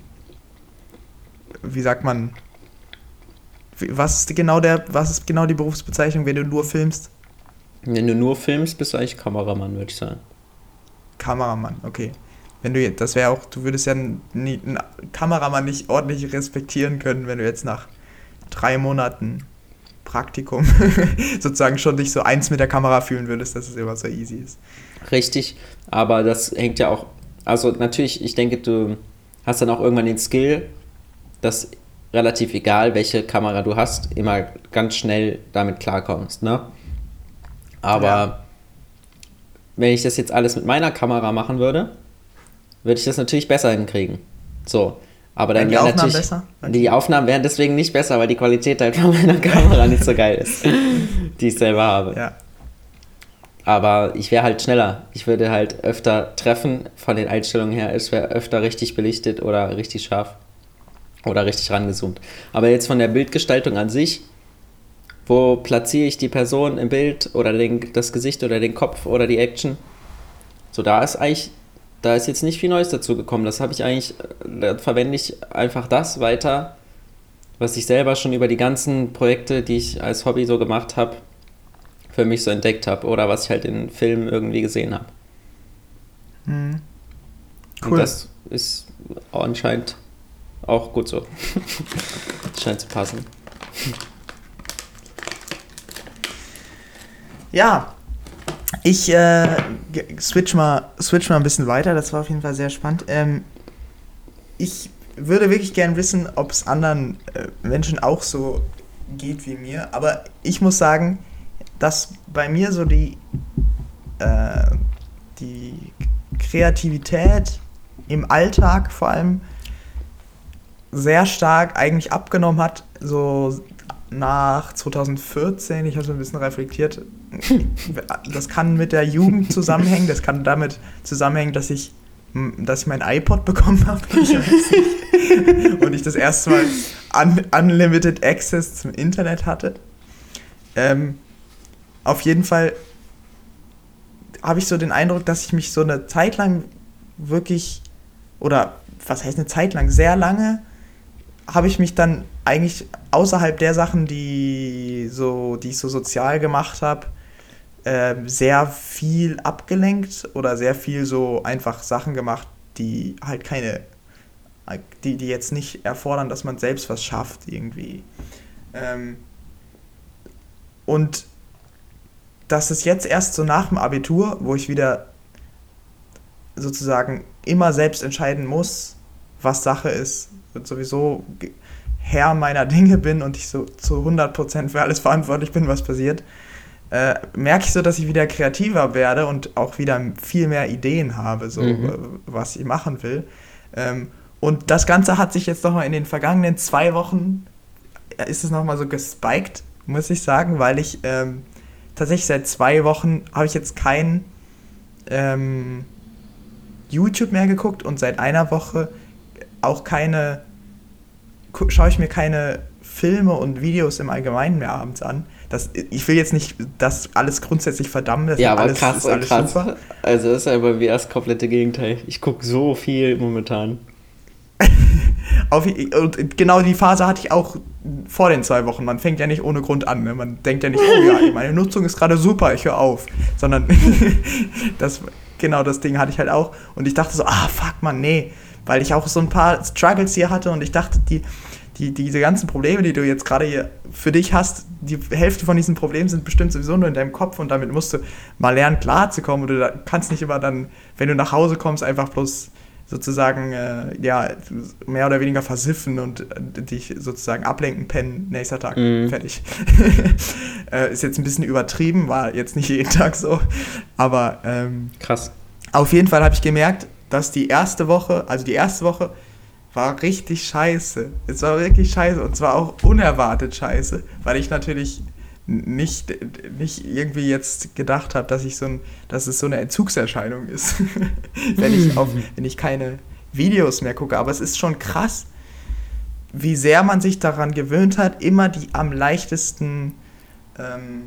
wie sagt man, wie- was ist genau der, was ist genau die Berufsbezeichnung, wenn du nur filmst? Wenn du nur filmst, bist du eigentlich Kameramann, würde ich sagen. Kameramann, okay. Wenn du jetzt, das wäre auch, du würdest ja einen, einen Kameramann nicht ordentlich respektieren können, wenn du jetzt nach drei Monaten Praktikum sozusagen schon dich so eins mit der Kamera fühlen würdest, dass es immer so easy ist. Richtig, aber das hängt ja auch... Also natürlich, ich denke, du hast dann auch irgendwann den Skill, dass relativ egal, welche Kamera du hast, immer ganz schnell damit klarkommst, ne? Aber Ja. wenn ich das jetzt alles mit meiner Kamera machen würde, würde ich das natürlich besser hinkriegen. So, aber dann Wären die wäre Aufnahmen natürlich... besser? Okay. Die Aufnahmen wären deswegen nicht besser, weil die Qualität halt von meiner Kamera nicht so geil ist, die ich selber habe. Ja, Aber ich wäre halt schneller. Ich würde halt öfter treffen von den Einstellungen her. Es wäre öfter richtig belichtet oder richtig scharf oder richtig rangezoomt. Aber jetzt von der Bildgestaltung an sich, wo platziere ich die Person im Bild oder den, das Gesicht oder den Kopf oder die Action? So, da ist eigentlich, da ist jetzt nicht viel Neues dazu gekommen. Das habe ich eigentlich, da verwende ich einfach das weiter, was ich selber schon über die ganzen Projekte, die ich als Hobby so gemacht habe, für mich so entdeckt habe oder was ich halt in Filmen irgendwie gesehen habe. mhm. Und Cool. das ist anscheinend auch gut so. Scheint zu passen. Ja, ich äh, switch, mal, switch mal ein bisschen weiter, das war auf jeden Fall sehr spannend. Ähm, ich würde wirklich gern wissen, ob es anderen äh, Menschen auch so geht wie mir, aber ich muss sagen, dass bei mir so die, äh, die Kreativität im Alltag vor allem sehr stark eigentlich abgenommen hat, so nach zwanzig vierzehn, ich habe so ein bisschen reflektiert, das kann mit der Jugend zusammenhängen, das kann damit zusammenhängen, dass ich, dass ich mein iPod bekommen habe und ich das erste Mal un- Unlimited Access zum Internet hatte. Ähm, auf jeden Fall habe ich so den Eindruck, dass ich mich so eine Zeit lang wirklich, oder was heißt eine Zeit lang, sehr lange habe ich mich dann eigentlich außerhalb der Sachen, die, so, die ich so sozial gemacht habe, äh, sehr viel abgelenkt oder sehr viel so einfach Sachen gemacht, die halt keine, die, die jetzt nicht erfordern, dass man selbst was schafft irgendwie. Ähm, und dass es jetzt erst so nach dem Abitur, wo ich wieder sozusagen immer selbst entscheiden muss, was Sache ist, und sowieso Herr meiner Dinge bin und ich so zu hundert Prozent für alles verantwortlich bin, was passiert, äh, merke ich so, dass ich wieder kreativer werde und auch wieder viel mehr Ideen habe, so mhm. was ich machen will. Ähm, und das Ganze hat sich jetzt nochmal in den vergangenen zwei Wochen, ist es nochmal so gespiked, muss ich sagen, weil ich ähm, tatsächlich seit zwei Wochen habe ich jetzt kein ähm, YouTube mehr geguckt und seit einer Woche auch keine, schaue ich mir keine Filme und Videos im Allgemeinen mehr abends an. Das, ich will jetzt nicht das alles grundsätzlich verdammen, das ja, aber alles, krass, ist alles krass. super. Also das ist ja bei mir das komplette Gegenteil. Ich gucke so viel momentan. Auf, und genau die Phase hatte ich auch vor den zwei Wochen. Man fängt ja nicht ohne Grund an. Ne? Man denkt ja nicht, oh ja, meine Nutzung ist gerade super, ich höre auf. Sondern das, genau das Ding hatte ich halt auch. Und ich dachte so, ah, fuck, man, nee. Weil ich auch so ein paar Struggles hier hatte und ich dachte, die, die, diese ganzen Probleme, die du jetzt gerade hier für dich hast, die Hälfte von diesen Problemen sind bestimmt sowieso nur in deinem Kopf und damit musst du mal lernen, klarzukommen. Und du kannst nicht immer dann, wenn du nach Hause kommst, einfach bloß sozusagen, äh, ja, mehr oder weniger versiffen und äh, dich sozusagen ablenken, pennen, nächster Tag, mhm. fertig. äh, ist jetzt ein bisschen übertrieben, war jetzt nicht jeden Tag so, aber ähm, krass. Auf jeden Fall habe ich gemerkt, dass die erste Woche, also die erste Woche war richtig scheiße. Es war wirklich scheiße und zwar auch unerwartet scheiße, weil ich natürlich nicht, nicht irgendwie jetzt gedacht habe, dass ich so ein, dass es so eine Entzugserscheinung ist, wenn ich auf, wenn ich keine Videos mehr gucke. Aber es ist schon krass, wie sehr man sich daran gewöhnt hat, immer die am leichtesten ähm,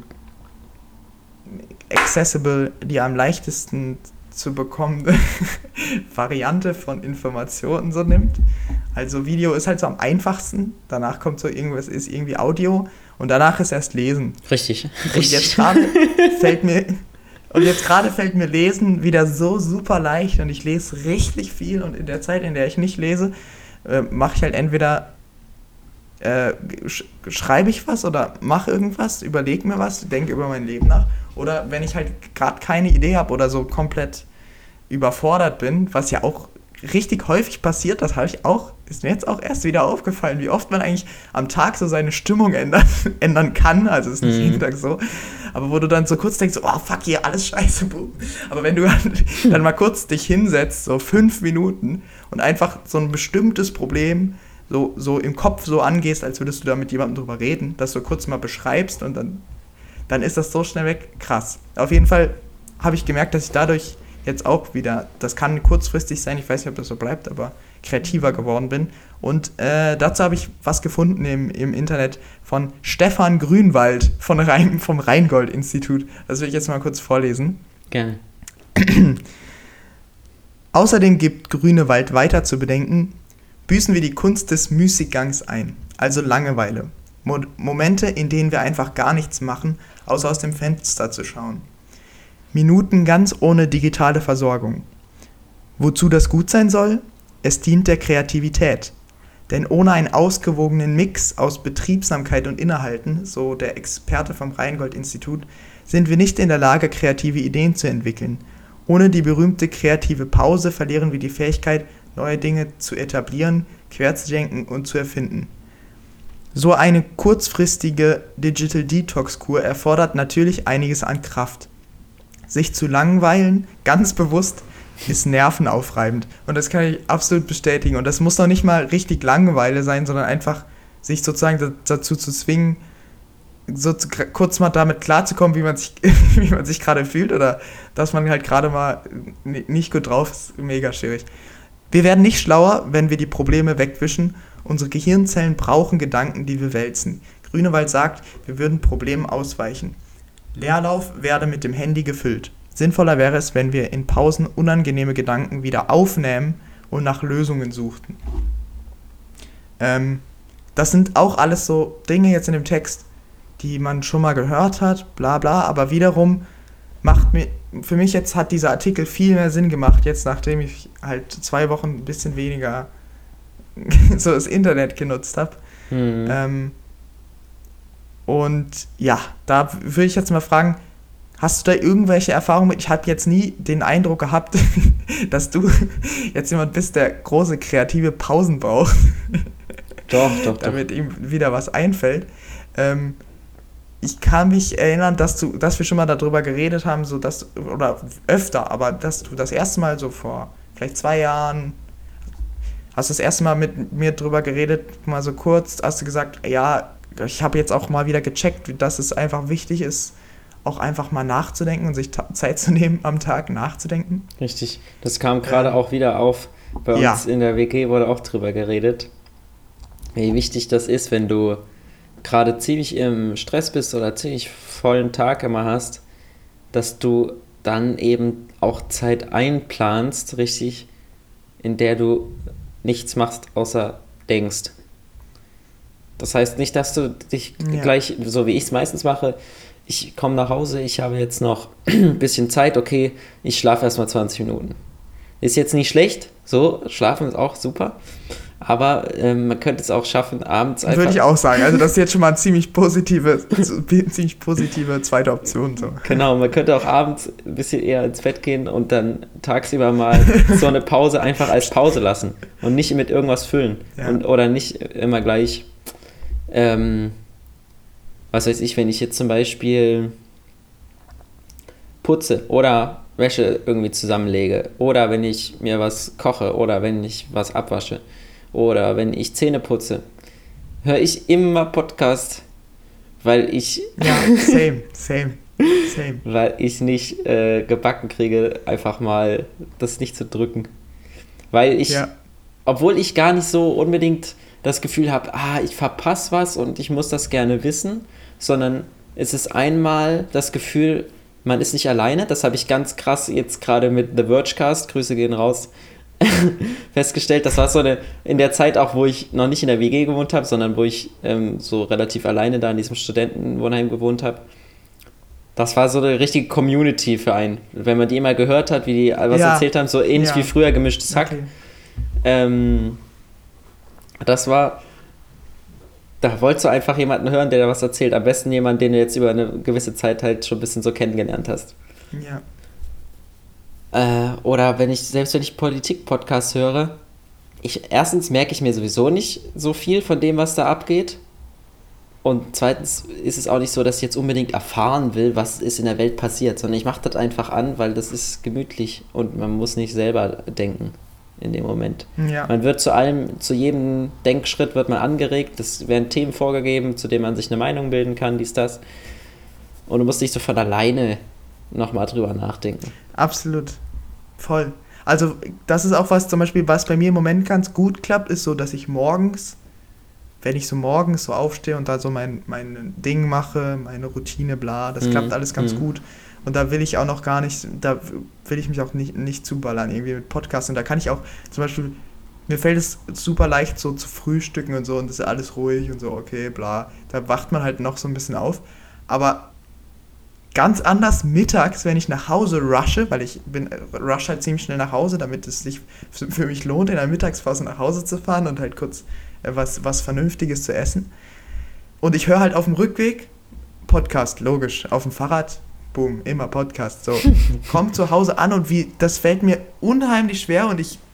accessible, die am leichtesten zu bekommende Variante von Informationen so nimmt. Also Video ist halt so am einfachsten, danach kommt so irgendwas, ist irgendwie Audio und danach ist erst Lesen. Richtig, und richtig. Jetzt gerade fällt mir und jetzt gerade fällt mir Lesen wieder so super leicht und ich lese richtig viel und in der Zeit, in der ich nicht lese, äh, mache ich halt entweder äh, sch- schreibe ich was oder mache irgendwas, überlege mir was, denke über mein Leben nach. Oder wenn ich halt gerade keine Idee habe oder so komplett überfordert bin, was ja auch richtig häufig passiert, das habe ich auch, ist mir jetzt auch erst wieder aufgefallen, wie oft man eigentlich am Tag so seine Stimmung ändern, ändern kann, also ist nicht mhm. jeden Tag so, aber wo du dann so kurz denkst, oh fuck, hier alles scheiße, boom. Aber wenn du dann mal kurz dich hinsetzt, so fünf Minuten und einfach so ein bestimmtes Problem so, so im Kopf so angehst, als würdest du da mit jemandem drüber reden, das so kurz mal beschreibst und dann dann ist das so schnell weg. Krass. Auf jeden Fall habe ich gemerkt, dass ich dadurch jetzt auch wieder, das kann kurzfristig sein, ich weiß nicht, ob das so bleibt, aber kreativer geworden bin. Und äh, dazu habe ich was gefunden im, im Internet von Stefan Grünwald von Rhein, vom Rheingold-Institut. Das will ich jetzt mal kurz vorlesen. Gerne. Außerdem gibt Grünewald weiter zu bedenken, büßen wir die Kunst des Müßiggangs ein, also Langeweile. Mo- Momente, in denen wir einfach gar nichts machen, außer aus dem Fenster zu schauen. Minuten ganz ohne digitale Versorgung. Wozu das gut sein soll? Es dient der Kreativität. Denn ohne einen ausgewogenen Mix aus Betriebsamkeit und Innehalten, so der Experte vom Rheingold-Institut, sind wir nicht in der Lage, kreative Ideen zu entwickeln. Ohne die berühmte kreative Pause verlieren wir die Fähigkeit, neue Dinge zu etablieren, querzudenken und zu erfinden. So eine kurzfristige Digital Detox-Kur erfordert natürlich einiges an Kraft. Sich zu langweilen, ganz bewusst, ist nervenaufreibend. Und das kann ich absolut bestätigen. Und das muss noch nicht mal richtig Langeweile sein, sondern einfach sich sozusagen dazu zu zwingen, so zu, kurz mal damit klarzukommen, wie man sich, wie man sich gerade fühlt oder dass man halt gerade mal nicht gut drauf ist. Mega schwierig. Wir werden nicht schlauer, wenn wir die Probleme wegwischen. Unsere Gehirnzellen brauchen Gedanken, die wir wälzen. Grünewald sagt, wir würden Problemen ausweichen. Leerlauf werde mit dem Handy gefüllt. Sinnvoller wäre es, wenn wir in Pausen unangenehme Gedanken wieder aufnehmen und nach Lösungen suchten. Ähm, das sind auch alles so Dinge jetzt in dem Text, die man schon mal gehört hat, bla bla, aber wiederum macht mir, für mich jetzt hat dieser Artikel viel mehr Sinn gemacht, jetzt nachdem ich halt zwei Wochen ein bisschen weniger so das Internet genutzt habe. Mhm. Ähm, und ja, da würde ich jetzt mal fragen, hast du da irgendwelche Erfahrungen mit? Ich habe jetzt nie den Eindruck gehabt, dass du jetzt jemand bist, der große kreative Pausen braucht. Doch, doch, damit doch. ihm wieder was einfällt. Ähm, ich kann mich erinnern, dass du, dass wir schon mal darüber geredet haben, so dass, oder öfter, aber dass du das erste Mal so vor vielleicht zwei Jahren hast du das erste Mal mit mir drüber geredet, mal so kurz, hast du gesagt, ja, ich habe jetzt auch mal wieder gecheckt, dass es einfach wichtig ist, auch einfach mal nachzudenken und sich ta- Zeit zu nehmen, am Tag nachzudenken. Richtig, das kam gerade ähm, auch wieder auf, bei uns ja. in der W G wurde auch drüber geredet, wie wichtig das ist, wenn du gerade ziemlich im Stress bist oder ziemlich vollen Tag immer hast, dass du dann eben auch Zeit einplanst, richtig, in der du nichts machst, außer denkst. Das heißt nicht, dass du dich ja. gleich, so wie ich es meistens mache, ich komme nach Hause, ich habe jetzt noch ein bisschen Zeit, okay, ich schlafe erstmal zwanzig Minuten. Ist jetzt nicht schlecht, so, schlafen ist auch super, aber ähm, man könnte es auch schaffen, abends einfach... Würde ich auch sagen, also das ist jetzt schon mal eine ziemlich positive, ziemlich positive zweite Option. So. Genau, man könnte auch abends ein bisschen eher ins Bett gehen und dann tagsüber mal so eine Pause einfach als Pause lassen und nicht mit irgendwas füllen ja. und, oder nicht immer gleich... Ähm, was weiß ich, wenn ich jetzt zum Beispiel putze oder Wäsche irgendwie zusammenlege oder wenn ich mir was koche oder wenn ich was abwasche oder wenn ich Zähne putze, höre ich immer Podcast, weil ich ja, same, same, same. weil ich nicht äh, gebacken kriege, einfach mal das nicht zu drücken. Weil ich, ja. obwohl ich gar nicht so unbedingt das Gefühl habe, ah, ich verpasse was und ich muss das gerne wissen, sondern es ist einmal das Gefühl, man ist nicht alleine. Das habe ich ganz krass jetzt gerade mit The Vergecast, Grüße gehen raus, festgestellt. Das war so eine, in der Zeit auch, wo ich noch nicht in der W G gewohnt habe, sondern wo ich ähm, so relativ alleine da in diesem Studentenwohnheim gewohnt habe. Das war so eine richtige Community für einen. Wenn man die immer gehört hat, wie die was ja. erzählt haben, so ähnlich ja. wie früher gemischtes Hack. Okay. Ähm, das war... Da wolltest du einfach jemanden hören, der da was erzählt. Am besten jemanden, den du jetzt über eine gewisse Zeit halt schon ein bisschen so kennengelernt hast. Ja. Äh, oder wenn ich, selbst wenn ich Politik-Podcasts höre, ich, erstens merke ich mir sowieso nicht so viel von dem, was da abgeht. Und zweitens ist es auch nicht so, dass ich jetzt unbedingt erfahren will, was ist in der Welt passiert, sondern ich mache das einfach an, weil das ist gemütlich und man muss nicht selber denken in dem Moment. Ja. Man wird zu allem, zu jedem Denkschritt wird man angeregt, es werden Themen vorgegeben, zu denen man sich eine Meinung bilden kann, dies, das. Und du musst nicht so von alleine nochmal drüber nachdenken. Absolut. Voll. Also das ist auch was zum Beispiel, was bei mir im Moment ganz gut klappt, ist so, dass ich morgens, wenn ich so morgens so aufstehe und da so mein, mein Ding mache, meine Routine, bla, das mhm. klappt alles ganz mhm. gut. Und da will ich auch noch gar nicht, da will ich mich auch nicht, nicht zuballern irgendwie mit Podcasts. Und da kann ich auch zum Beispiel, mir fällt es super leicht so zu frühstücken und so und das ist alles ruhig und so, okay, bla. Da wacht man halt noch so ein bisschen auf. Aber ganz anders mittags, wenn ich nach Hause rushe, weil ich bin rush halt ziemlich schnell nach Hause, damit es sich f- für mich lohnt, in der Mittagspause nach Hause zu fahren und halt kurz äh, was, was Vernünftiges zu essen. Und ich höre halt auf dem Rückweg Podcast, logisch, auf dem Fahrrad, boom, immer Podcast, so. Komm zu Hause an und wie, das fällt mir unheimlich schwer und ich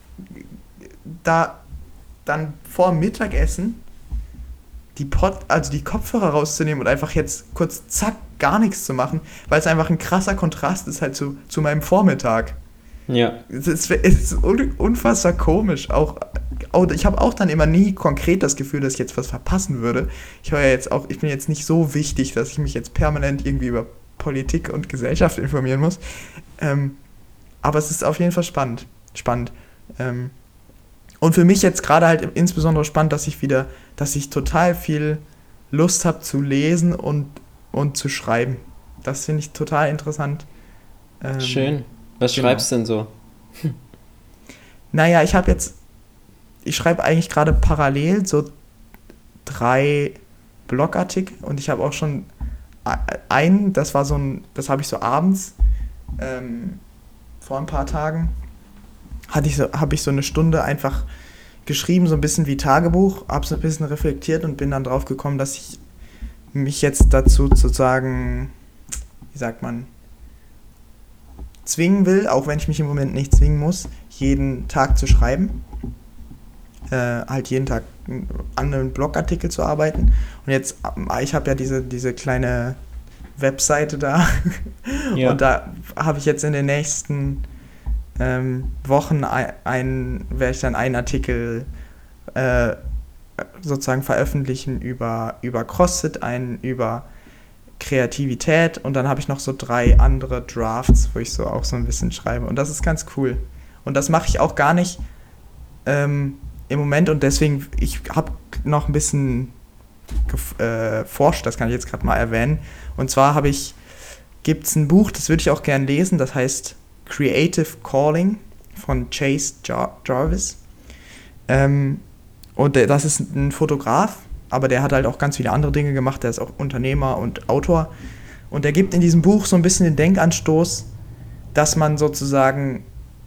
da dann vor dem Mittagessen die Pod, also die Kopfhörer rauszunehmen und einfach jetzt kurz zack gar nichts zu machen, weil es einfach ein krasser Kontrast ist halt zu, zu meinem Vormittag. Ja. Es ist, es ist un, unfassbar komisch. Auch, auch ich habe auch dann immer nie konkret das Gefühl, dass ich jetzt was verpassen würde. Ich höre ja jetzt auch, ich bin jetzt nicht so wichtig, dass ich mich jetzt permanent irgendwie über Politik und Gesellschaft informieren muss. Ähm, aber es ist auf jeden Fall spannend. Spannend. Ähm, Und für mich jetzt gerade halt insbesondere spannend, dass ich wieder, dass ich total viel Lust habe zu lesen und, und zu schreiben. Das finde ich total interessant. Ähm, Schön. Was genau. schreibst du denn so? Naja, ich habe jetzt, ich schreibe eigentlich gerade parallel so drei Blogartikel und ich habe auch schon einen, das war so ein, das habe ich so abends ähm, vor ein paar Tagen hatte ich so, habe ich so eine Stunde einfach geschrieben, so ein bisschen wie Tagebuch, habe so ein bisschen reflektiert und bin dann drauf gekommen, dass ich mich jetzt dazu sozusagen, wie sagt man, zwingen will, auch wenn ich mich im Moment nicht zwingen muss, jeden Tag zu schreiben, äh, halt jeden Tag an einem Blogartikel zu arbeiten. Und jetzt, ich habe ja diese, diese kleine Webseite da Ja. und da habe ich jetzt in den nächsten Ähm, Wochen ein, ein, werde ich dann einen Artikel äh, sozusagen veröffentlichen über, über CrossFit, einen über Kreativität und dann habe ich noch so drei andere Drafts, wo ich so auch so ein bisschen schreibe und das ist ganz cool. Und das mache ich auch gar nicht ähm, im Moment und deswegen, ich habe noch ein bisschen geforscht, äh, das kann ich jetzt gerade mal erwähnen. Und zwar habe ich, gibt es ein Buch, das würde ich auch gern lesen, das heißt Creative Calling von Chase Jar- Jarvis. Ähm, und der, das ist ein Fotograf, aber der hat halt auch ganz viele andere Dinge gemacht. Der ist auch Unternehmer und Autor. Und der gibt in diesem Buch so ein bisschen den Denkanstoß, dass man sozusagen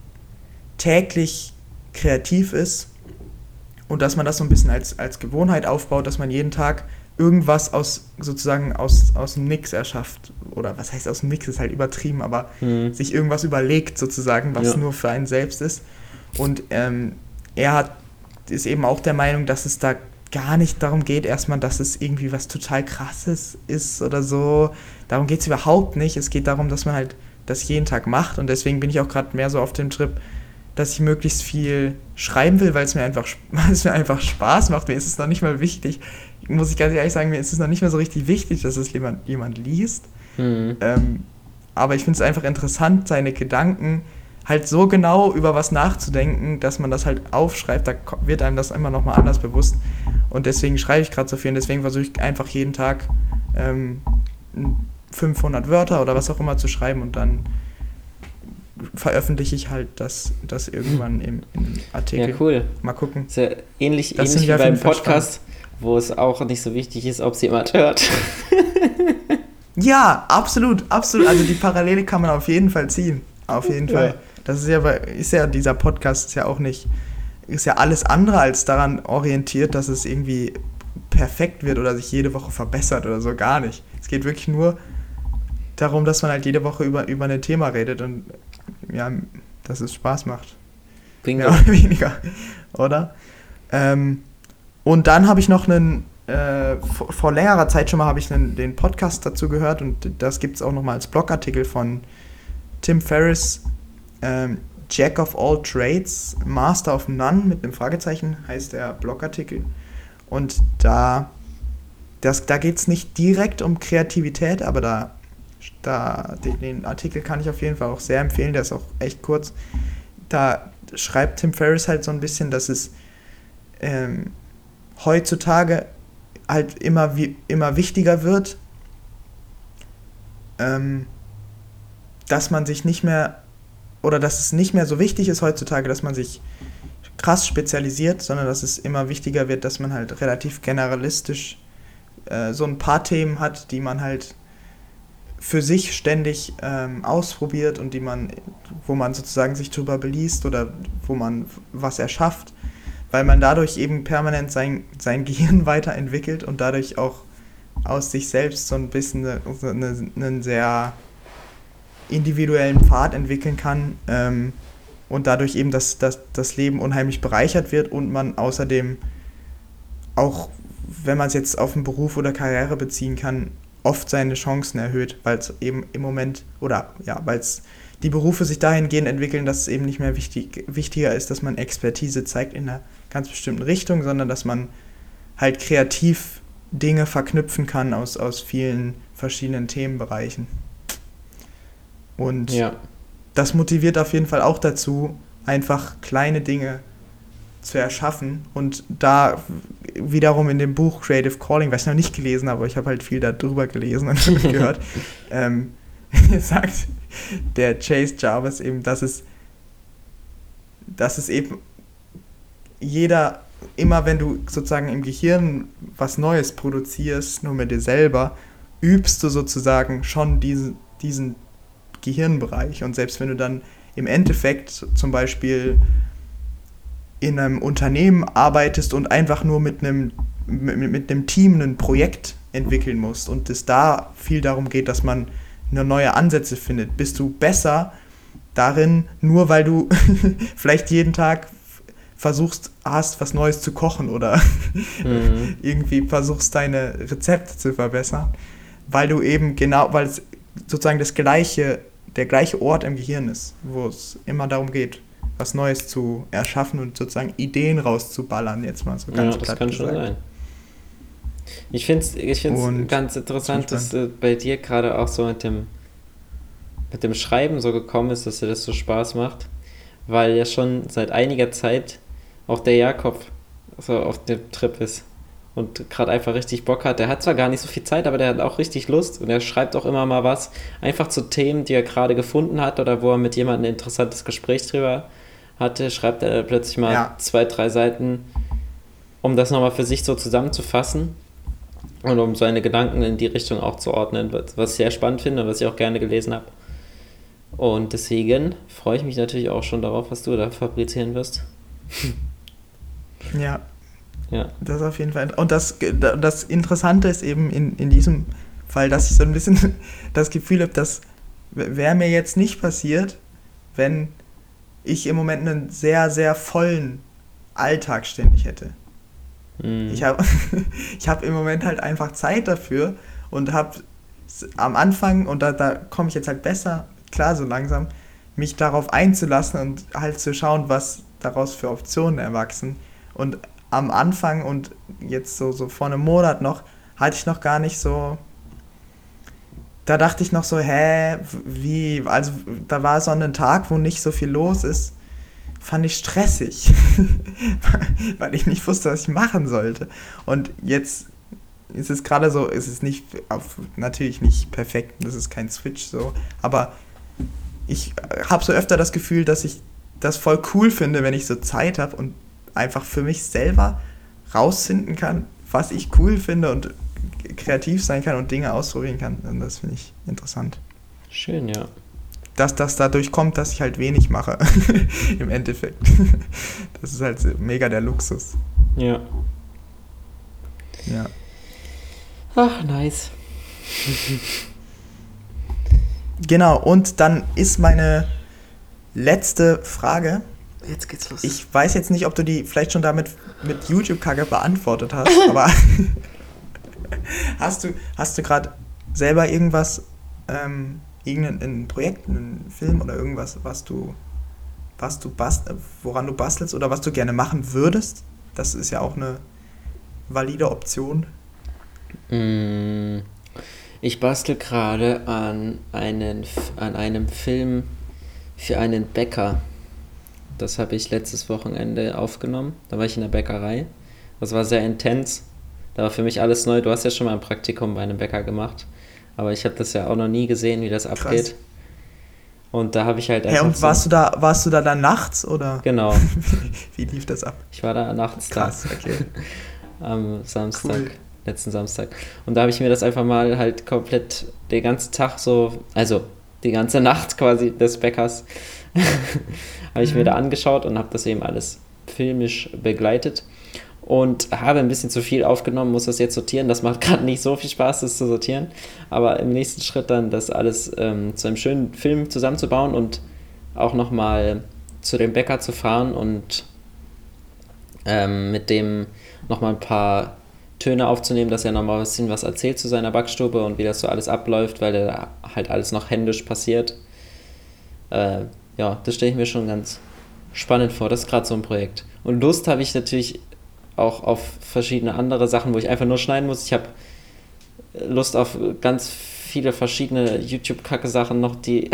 täglich kreativ ist und dass man das so ein bisschen als, als Gewohnheit aufbaut, dass man jeden Tag irgendwas aus sozusagen aus, aus dem Nix erschafft. Oder was heißt aus dem Nix, ist halt übertrieben, aber mhm. sich irgendwas überlegt sozusagen, was ja. nur für einen selbst ist. Und ähm, er hat, ist eben auch der Meinung, dass es da gar nicht darum geht, erstmal, dass es irgendwie was total Krasses ist oder so. Darum geht es überhaupt nicht. Es geht darum, dass man halt das jeden Tag macht und deswegen bin ich auch gerade mehr so auf dem Trip, dass ich möglichst viel schreiben will, weil es mir einfach, weil es mir einfach Spaß macht. Mir ist es noch nicht mal wichtig, muss ich ganz ehrlich sagen, mir ist es noch nicht mal so richtig wichtig, dass es jemand, jemand liest. Mhm. Ähm, aber ich finde es einfach interessant, seine Gedanken halt so genau über was nachzudenken, dass man das halt aufschreibt, da wird einem das immer nochmal anders bewusst. Und deswegen schreibe ich gerade so viel und deswegen versuche ich einfach jeden Tag ähm, fünfhundert Wörter oder was auch immer zu schreiben und dann veröffentliche ich halt das, das irgendwann im, im Artikel. Ja, cool. Mal gucken. Ist ja ähnlich, ähnlich wie beim Podcast, wo es auch nicht so wichtig ist, ob es jemand hört. Ja, absolut, absolut. Also die Parallele kann man auf jeden Fall ziehen. Auf jeden ja. Fall. Das ist ja, ist ja, dieser Podcast ist ja auch nicht, ist ja alles andere als daran orientiert, dass es irgendwie perfekt wird oder sich jede Woche verbessert oder so, gar nicht. Es geht wirklich nur darum, dass man halt jede Woche über, über ein Thema redet und ja, dass es Spaß macht. Bingo. Mehr oder weniger, oder? Ähm, und dann habe ich noch einen, äh, vor, vor längerer Zeit schon mal habe ich einen, den Podcast dazu gehört und das gibt es auch noch mal als Blogartikel von Tim Ferriss, ähm, Jack of all Trades, Master of None mit einem Fragezeichen heißt der Blogartikel. Und da, das, da geht es nicht direkt um Kreativität, aber da, da den, den Artikel kann ich auf jeden Fall auch sehr empfehlen, der ist auch echt kurz. Da schreibt Tim Ferriss halt so ein bisschen, dass es ähm, heutzutage halt immer, wie, immer wichtiger wird, ähm, dass man sich nicht mehr, oder dass es nicht mehr so wichtig ist heutzutage, dass man sich krass spezialisiert, sondern dass es immer wichtiger wird, dass man halt relativ generalistisch äh, so ein paar Themen hat, die man halt für sich ständig ähm, ausprobiert und die man, wo man sozusagen sich drüber beliest oder wo man was erschafft, weil man dadurch eben permanent sein, sein Gehirn weiterentwickelt und dadurch auch aus sich selbst so ein bisschen eine, eine, einen sehr individuellen Pfad entwickeln kann ähm, und dadurch eben das, das, das Leben unheimlich bereichert wird und man außerdem auch, wenn man es jetzt auf einen Beruf oder Karriere beziehen kann, oft seine Chancen erhöht, weil es eben im Moment, oder ja, weil es die Berufe sich dahingehend entwickeln, dass es eben nicht mehr wichtig, wichtiger ist, dass man Expertise zeigt in einer ganz bestimmten Richtung, sondern dass man halt kreativ Dinge verknüpfen kann aus, aus vielen verschiedenen Themenbereichen. Und Ja. das motiviert auf jeden Fall auch dazu, einfach kleine Dinge zu erschaffen. Und da wiederum in dem Buch Creative Calling, was ich noch nicht gelesen habe, aber ich habe halt viel darüber gelesen und gehört, ähm, sagt der Chase Jarvis eben, dass es, dass es eben jeder, immer wenn du sozusagen im Gehirn was Neues produzierst, nur mit dir selber, übst du sozusagen schon diesen, diesen Gehirnbereich. Und selbst wenn du dann im Endeffekt zum Beispiel in einem Unternehmen arbeitest und einfach nur mit einem, mit, mit einem Team ein Projekt entwickeln musst und es da viel darum geht, dass man eine neue Ansätze findet, bist du besser darin, nur weil du vielleicht jeden Tag versuchst, hast, was Neues zu kochen oder mhm. irgendwie versuchst, deine Rezepte zu verbessern, weil du eben genau, weil es sozusagen das gleiche, der gleiche Ort im Gehirn ist, wo es immer darum geht, was Neues zu erschaffen und sozusagen Ideen rauszuballern, jetzt mal so ganz ja, platt das kann gesagt. schon sein. Ich finde es ich find's ganz interessant, dass äh, bei dir gerade auch so mit dem mit dem Schreiben so gekommen ist, dass dir das so Spaß macht, weil ja schon seit einiger Zeit auch der Jakob so auf dem Trip ist und gerade einfach richtig Bock hat. Der hat zwar gar nicht so viel Zeit, aber der hat auch richtig Lust und er schreibt auch immer mal was, einfach zu Themen, die er gerade gefunden hat oder wo er mit jemandem ein interessantes Gespräch drüber hatte, schreibt er plötzlich mal ja. zwei, drei Seiten, um das nochmal für sich so zusammenzufassen und um seine Gedanken in die Richtung auch zu ordnen, was ich sehr spannend finde und was ich auch gerne gelesen habe. Und deswegen freue ich mich natürlich auch schon darauf, was du da fabrizieren wirst. Ja. Ja. Das auf jeden Fall. Und das, das Interessante ist eben in, in diesem Fall, dass ich so ein bisschen das Gefühl habe, das wäre mir jetzt nicht passiert, wenn ich im Moment einen sehr, sehr vollen Alltag ständig hätte. Mhm. Ich habe ich hab im Moment halt einfach Zeit dafür und habe am Anfang, und da, da komme ich jetzt halt besser klar so langsam, mich darauf einzulassen und halt zu schauen, was daraus für Optionen erwachsen. Und am Anfang und jetzt so, so vor einem Monat noch, hatte ich noch gar nicht so, da dachte ich noch so, hä, wie, also da war so ein Tag, wo nicht so viel los ist, fand ich stressig, weil ich nicht wusste, was ich machen sollte. Und jetzt ist es gerade so, ist es nicht, auf, natürlich nicht perfekt, das ist kein Switch so, aber ich habe so öfter das Gefühl, dass ich das voll cool finde, wenn ich so Zeit habe und einfach für mich selber rausfinden kann, was ich cool finde und kreativ sein kann und Dinge ausprobieren kann. Und das finde ich interessant. Schön, ja. Dass das dadurch kommt, dass ich halt wenig mache, im Endeffekt. Das ist halt mega der Luxus. Ja. Ja. Ach, nice. Genau, und dann ist meine letzte Frage. Jetzt geht's los. Ich weiß jetzt nicht, ob du die vielleicht schon damit mit YouTube-Kacke beantwortet hast, aber hast du, hast du gerade selber irgendwas, ähm, irgendein Projekt, einen Film oder irgendwas, was du, was du bast, woran du bastelst oder was du gerne machen würdest? Das ist ja auch eine valide Option. Ich bastel gerade an, einen, an einem Film für einen Bäcker. Das habe ich letztes Wochenende aufgenommen. Da war ich in der Bäckerei. Das war sehr intens. Da war für mich alles neu. Du hast ja schon mal ein Praktikum bei einem Bäcker gemacht. Aber ich habe das ja auch noch nie gesehen, wie das abgeht. Krass. Und da habe ich halt einfach. Ja, und warst so du da, warst du da dann nachts oder? Genau. Wie lief das ab? Ich war da nachts Krass, da. okay. Am Samstag. Cool. letzten Samstag. Und da habe ich mir das einfach mal halt komplett den ganzen Tag so, also die ganze Nacht quasi des Bäckers, habe ich mhm. mir da angeschaut und habe das eben alles filmisch begleitet. Und habe ein bisschen zu viel aufgenommen, muss das jetzt sortieren. Das macht gerade nicht so viel Spaß, das zu sortieren. Aber im nächsten Schritt dann das alles ähm, zu einem schönen Film zusammenzubauen und auch nochmal zu dem Bäcker zu fahren und ähm, mit dem nochmal ein paar Töne aufzunehmen, dass er nochmal ein bisschen was erzählt zu seiner Backstube und wie das so alles abläuft, weil da halt alles noch händisch passiert. Äh, ja, das stelle ich mir schon ganz spannend vor. Das ist gerade so ein Projekt. Und Lust habe ich natürlich auch auf verschiedene andere Sachen, wo ich einfach nur schneiden muss. Ich habe Lust auf ganz viele verschiedene YouTube-Kacke-Sachen noch, die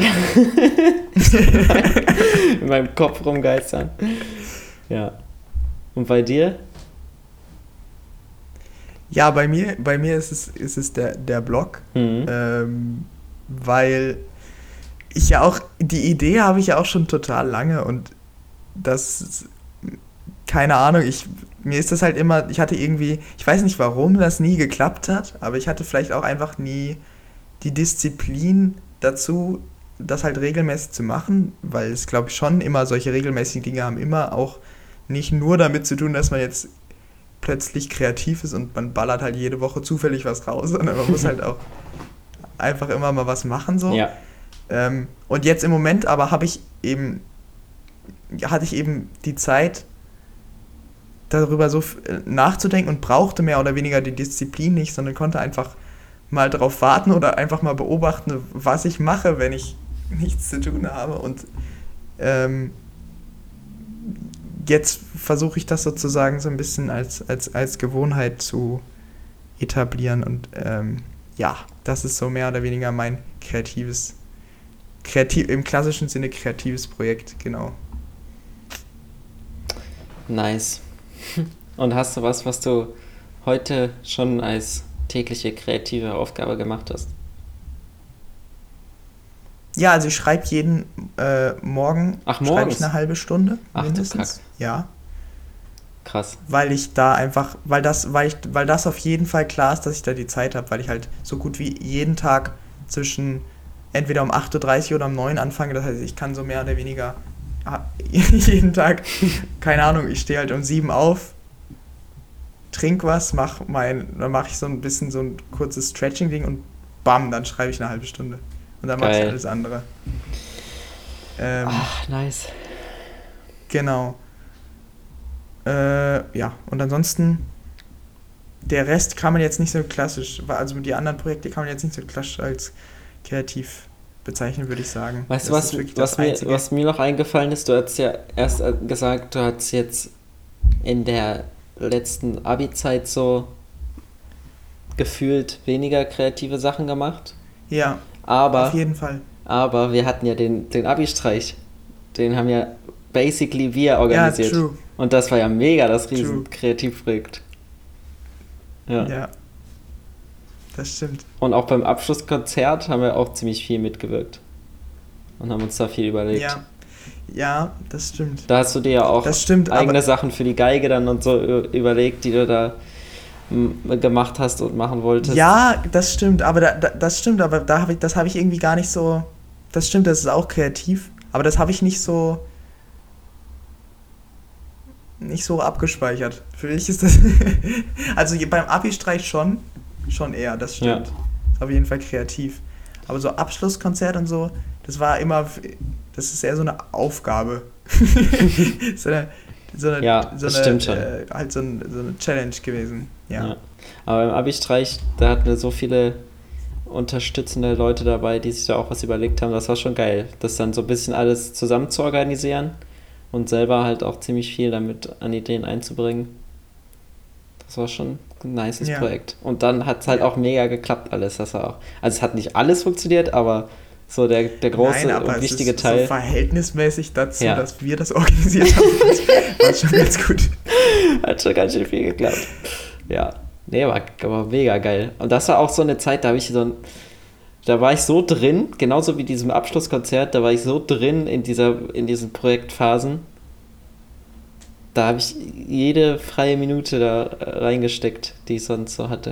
in meinem Kopf rumgeistern. Ja. Und bei dir? Ja, bei mir, bei mir ist es, ist es der, der Blog, mhm. ähm, weil ich ja auch, die Idee habe ich ja auch schon total lange und das, keine Ahnung, ich, mir ist das halt immer, ich hatte irgendwie, ich weiß nicht warum das nie geklappt hat, aber ich hatte vielleicht auch einfach nie die Disziplin dazu, das halt regelmäßig zu machen, weil es, glaube ich, schon immer solche regelmäßigen Dinge haben immer auch nicht nur damit zu tun, dass man jetzt plötzlich kreativ ist und man ballert halt jede Woche zufällig was raus, sondern man muss halt auch einfach immer mal was machen so. Ja. Ähm, und jetzt im Moment aber habe ich eben, hatte ich eben die Zeit, darüber so nachzudenken und brauchte mehr oder weniger die Disziplin nicht, sondern konnte einfach mal drauf warten oder einfach mal beobachten, was ich mache, wenn ich nichts zu tun habe. Und ähm, jetzt versuche ich das sozusagen so ein bisschen als, als, als Gewohnheit zu etablieren. Und ähm, ja, das ist so mehr oder weniger mein kreatives, kreativ, im klassischen Sinne kreatives Projekt, genau. Nice. Und hast du was, was du heute schon als tägliche kreative Aufgabe gemacht hast? Ja, also ich schreibe jeden äh, Morgen Ach, schreibe ich eine halbe Stunde Ach, mindestens. Ja. Krass. Weil ich da einfach, weil das, weil ich, weil das auf jeden Fall klar ist, dass ich da die Zeit habe, weil ich halt so gut wie jeden Tag zwischen entweder um acht Uhr dreißig oder um neun anfange. Das heißt, ich kann so mehr oder weniger jeden Tag, keine Ahnung, ich stehe halt um sieben auf, trink was, mach mein, dann mache ich so ein bisschen so ein kurzes Stretching-Ding und bam, dann schreibe ich eine halbe Stunde. Und dann mache ich alles andere. Ähm, Ach, nice. Genau. Äh, ja, und ansonsten, der Rest kann man jetzt nicht so klassisch, also die anderen Projekte kann man jetzt nicht so klassisch als kreativ bezeichnen, würde ich sagen. Weißt du, was, was, mir, was mir noch eingefallen ist? Du hast ja erst gesagt, du hast jetzt in der letzten Abi-Zeit so gefühlt weniger kreative Sachen gemacht. Ja, aber, auf jeden Fall. Aber wir hatten ja den, den Abi-Streich. Den haben ja basically wir organisiert. Ja, true. Und das war ja mega das riesen true. Kreativprojekt. Ja. ja. Das stimmt. Und auch beim Abschlusskonzert haben wir auch ziemlich viel mitgewirkt. Und haben uns da viel überlegt. Ja, ja, das stimmt. Da hast du dir ja auch das stimmt, eigene Sachen für die Geige dann und so überlegt, die du da m- gemacht hast und machen wolltest. Ja, das stimmt, aber da, da, das stimmt, aber da hab ich, das habe ich irgendwie gar nicht so. Das stimmt, das ist auch kreativ, aber das habe ich nicht so nicht so abgespeichert. Für mich ist das also beim Abi-Streich schon, schon eher, das stimmt. Ja. Das ist auf jeden Fall kreativ. Aber so Abschlusskonzert und so, das war immer, das ist eher so eine Aufgabe. so eine, so eine, ja, so das eine, stimmt schon. Äh, halt so, ein, so eine Challenge gewesen. Ja. ja. Aber beim Abi-Streich, da hatten wir so viele unterstützende Leute dabei, die sich da auch was überlegt haben. Das war schon geil, das dann so ein bisschen alles zusammen zu organisieren und selber halt auch ziemlich viel damit an Ideen einzubringen. Das war schon ein nices ja. Projekt. Und dann hat es halt ja. auch mega geklappt alles. Das war auch, also es hat nicht alles funktioniert, aber so der, der große Nein, aber und wichtige es ist Teil. So verhältnismäßig dazu, ja. dass wir das organisiert haben, war schon ganz gut. Hat schon ganz schön viel geklappt. Ja, nee, war, war mega geil. Und das war auch so eine Zeit, da habe ich so ein, da war ich so drin, genauso wie diesem Abschlusskonzert, da war ich so drin in dieser, in diesen Projektphasen. Da habe ich jede freie Minute da reingesteckt, die ich sonst so hatte.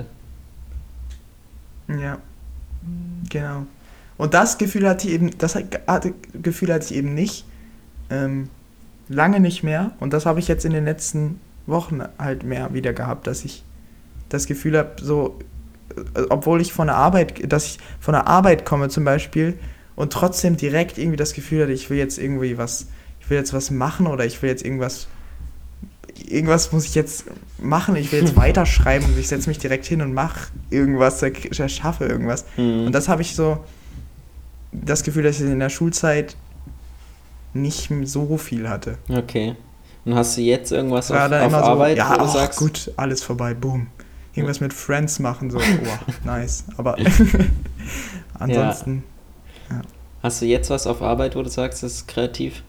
Ja, genau. Und das Gefühl hatte ich eben, das hatte, Gefühl hatte ich eben nicht, ähm, lange nicht mehr. Und das habe ich jetzt in den letzten Wochen halt mehr wieder gehabt, dass ich das Gefühl habe, so, obwohl ich von der Arbeit, dass ich von der Arbeit komme zum Beispiel und trotzdem direkt irgendwie das Gefühl hatte, ich will jetzt irgendwie was, ich will jetzt was machen oder ich will jetzt irgendwas, irgendwas muss ich jetzt machen, ich will jetzt weiterschreiben und ich setze mich direkt hin und mache irgendwas, schaffe irgendwas. Mhm. Und das habe ich so, das Gefühl, dass ich in der Schulzeit nicht so viel hatte. Okay. Und hast du jetzt irgendwas ja, auf, dann auf immer Arbeit, so, ja, wo du ach, sagst... gut, alles vorbei, boom. Irgendwas mit Friends machen, so, wow, nice. Aber ansonsten, ja. ja. Hast du jetzt was auf Arbeit, wo du sagst, das ist kreativ?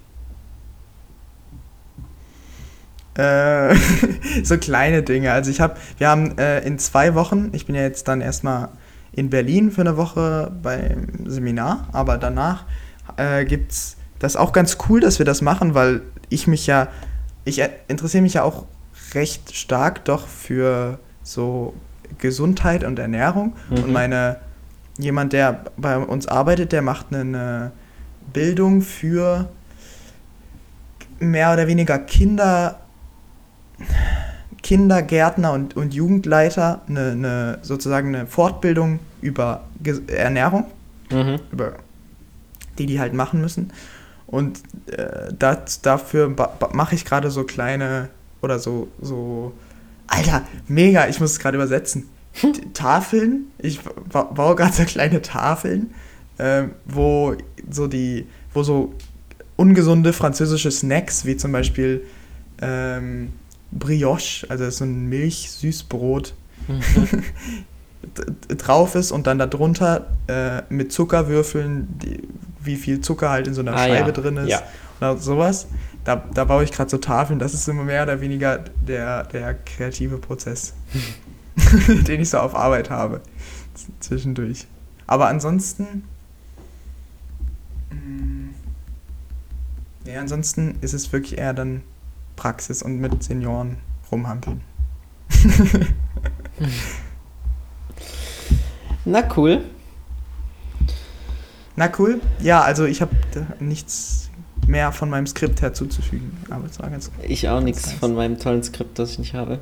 Äh, so kleine Dinge. Also ich habe, wir haben äh, in zwei Wochen, ich bin ja jetzt dann erstmal in Berlin für eine Woche beim Seminar, aber danach äh, gibt's, das ist auch ganz cool, dass wir das machen, weil ich mich ja, ich interessiere mich ja auch recht stark doch für so Gesundheit und Ernährung. Mhm. Und meine, jemand, der bei uns arbeitet, der macht eine Bildung für mehr oder weniger Kinder, Kindergärtner und, und Jugendleiter, eine, eine, sozusagen eine Fortbildung über Ge- Ernährung, mhm. über die die halt machen müssen. Und äh, das, dafür ba- ba- mache ich gerade so kleine oder so, so, Alter, mega, ich muss es gerade übersetzen. Tafeln, ich ba- baue gerade so kleine Tafeln, äh, wo so die, wo so ungesunde französische Snacks, wie zum Beispiel ähm, Brioche, also so ein Milch-Süßbrot, mhm. drauf ist und dann darunter äh, mit Zuckerwürfeln, die, wie viel Zucker halt in so einer ah, Scheibe ja. drin ist ja. oder sowas. Da, da baue ich gerade so Tafeln, das ist immer mehr oder weniger der, der kreative Prozess, den ich so auf Arbeit habe, z- zwischendurch. Aber ansonsten, mh, ja, ansonsten ist es wirklich eher dann Praxis und mit Senioren rumhampeln. Na cool. Na cool. Ja, also ich habe nichts mehr von meinem Skript herzuzufügen. Aber es war ganz Ich auch nichts nice. Von meinem tollen Skript, das ich nicht habe.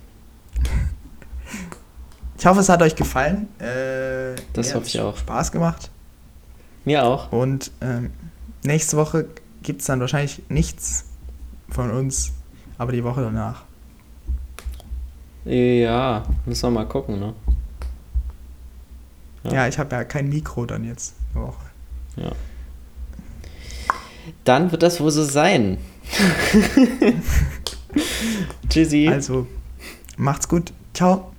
Ich hoffe, es hat euch gefallen. Äh, das hoffe ich auch. Spaß gemacht. Mir auch. Und ähm, nächste Woche gibt es dann wahrscheinlich nichts von uns, aber die Woche danach. Ja, müssen wir mal gucken, ne? Ja, ja ich habe ja kein Mikro dann jetzt eine Woche. Ja. Dann wird das wohl so sein. Tschüssi. Also, macht's gut. Ciao.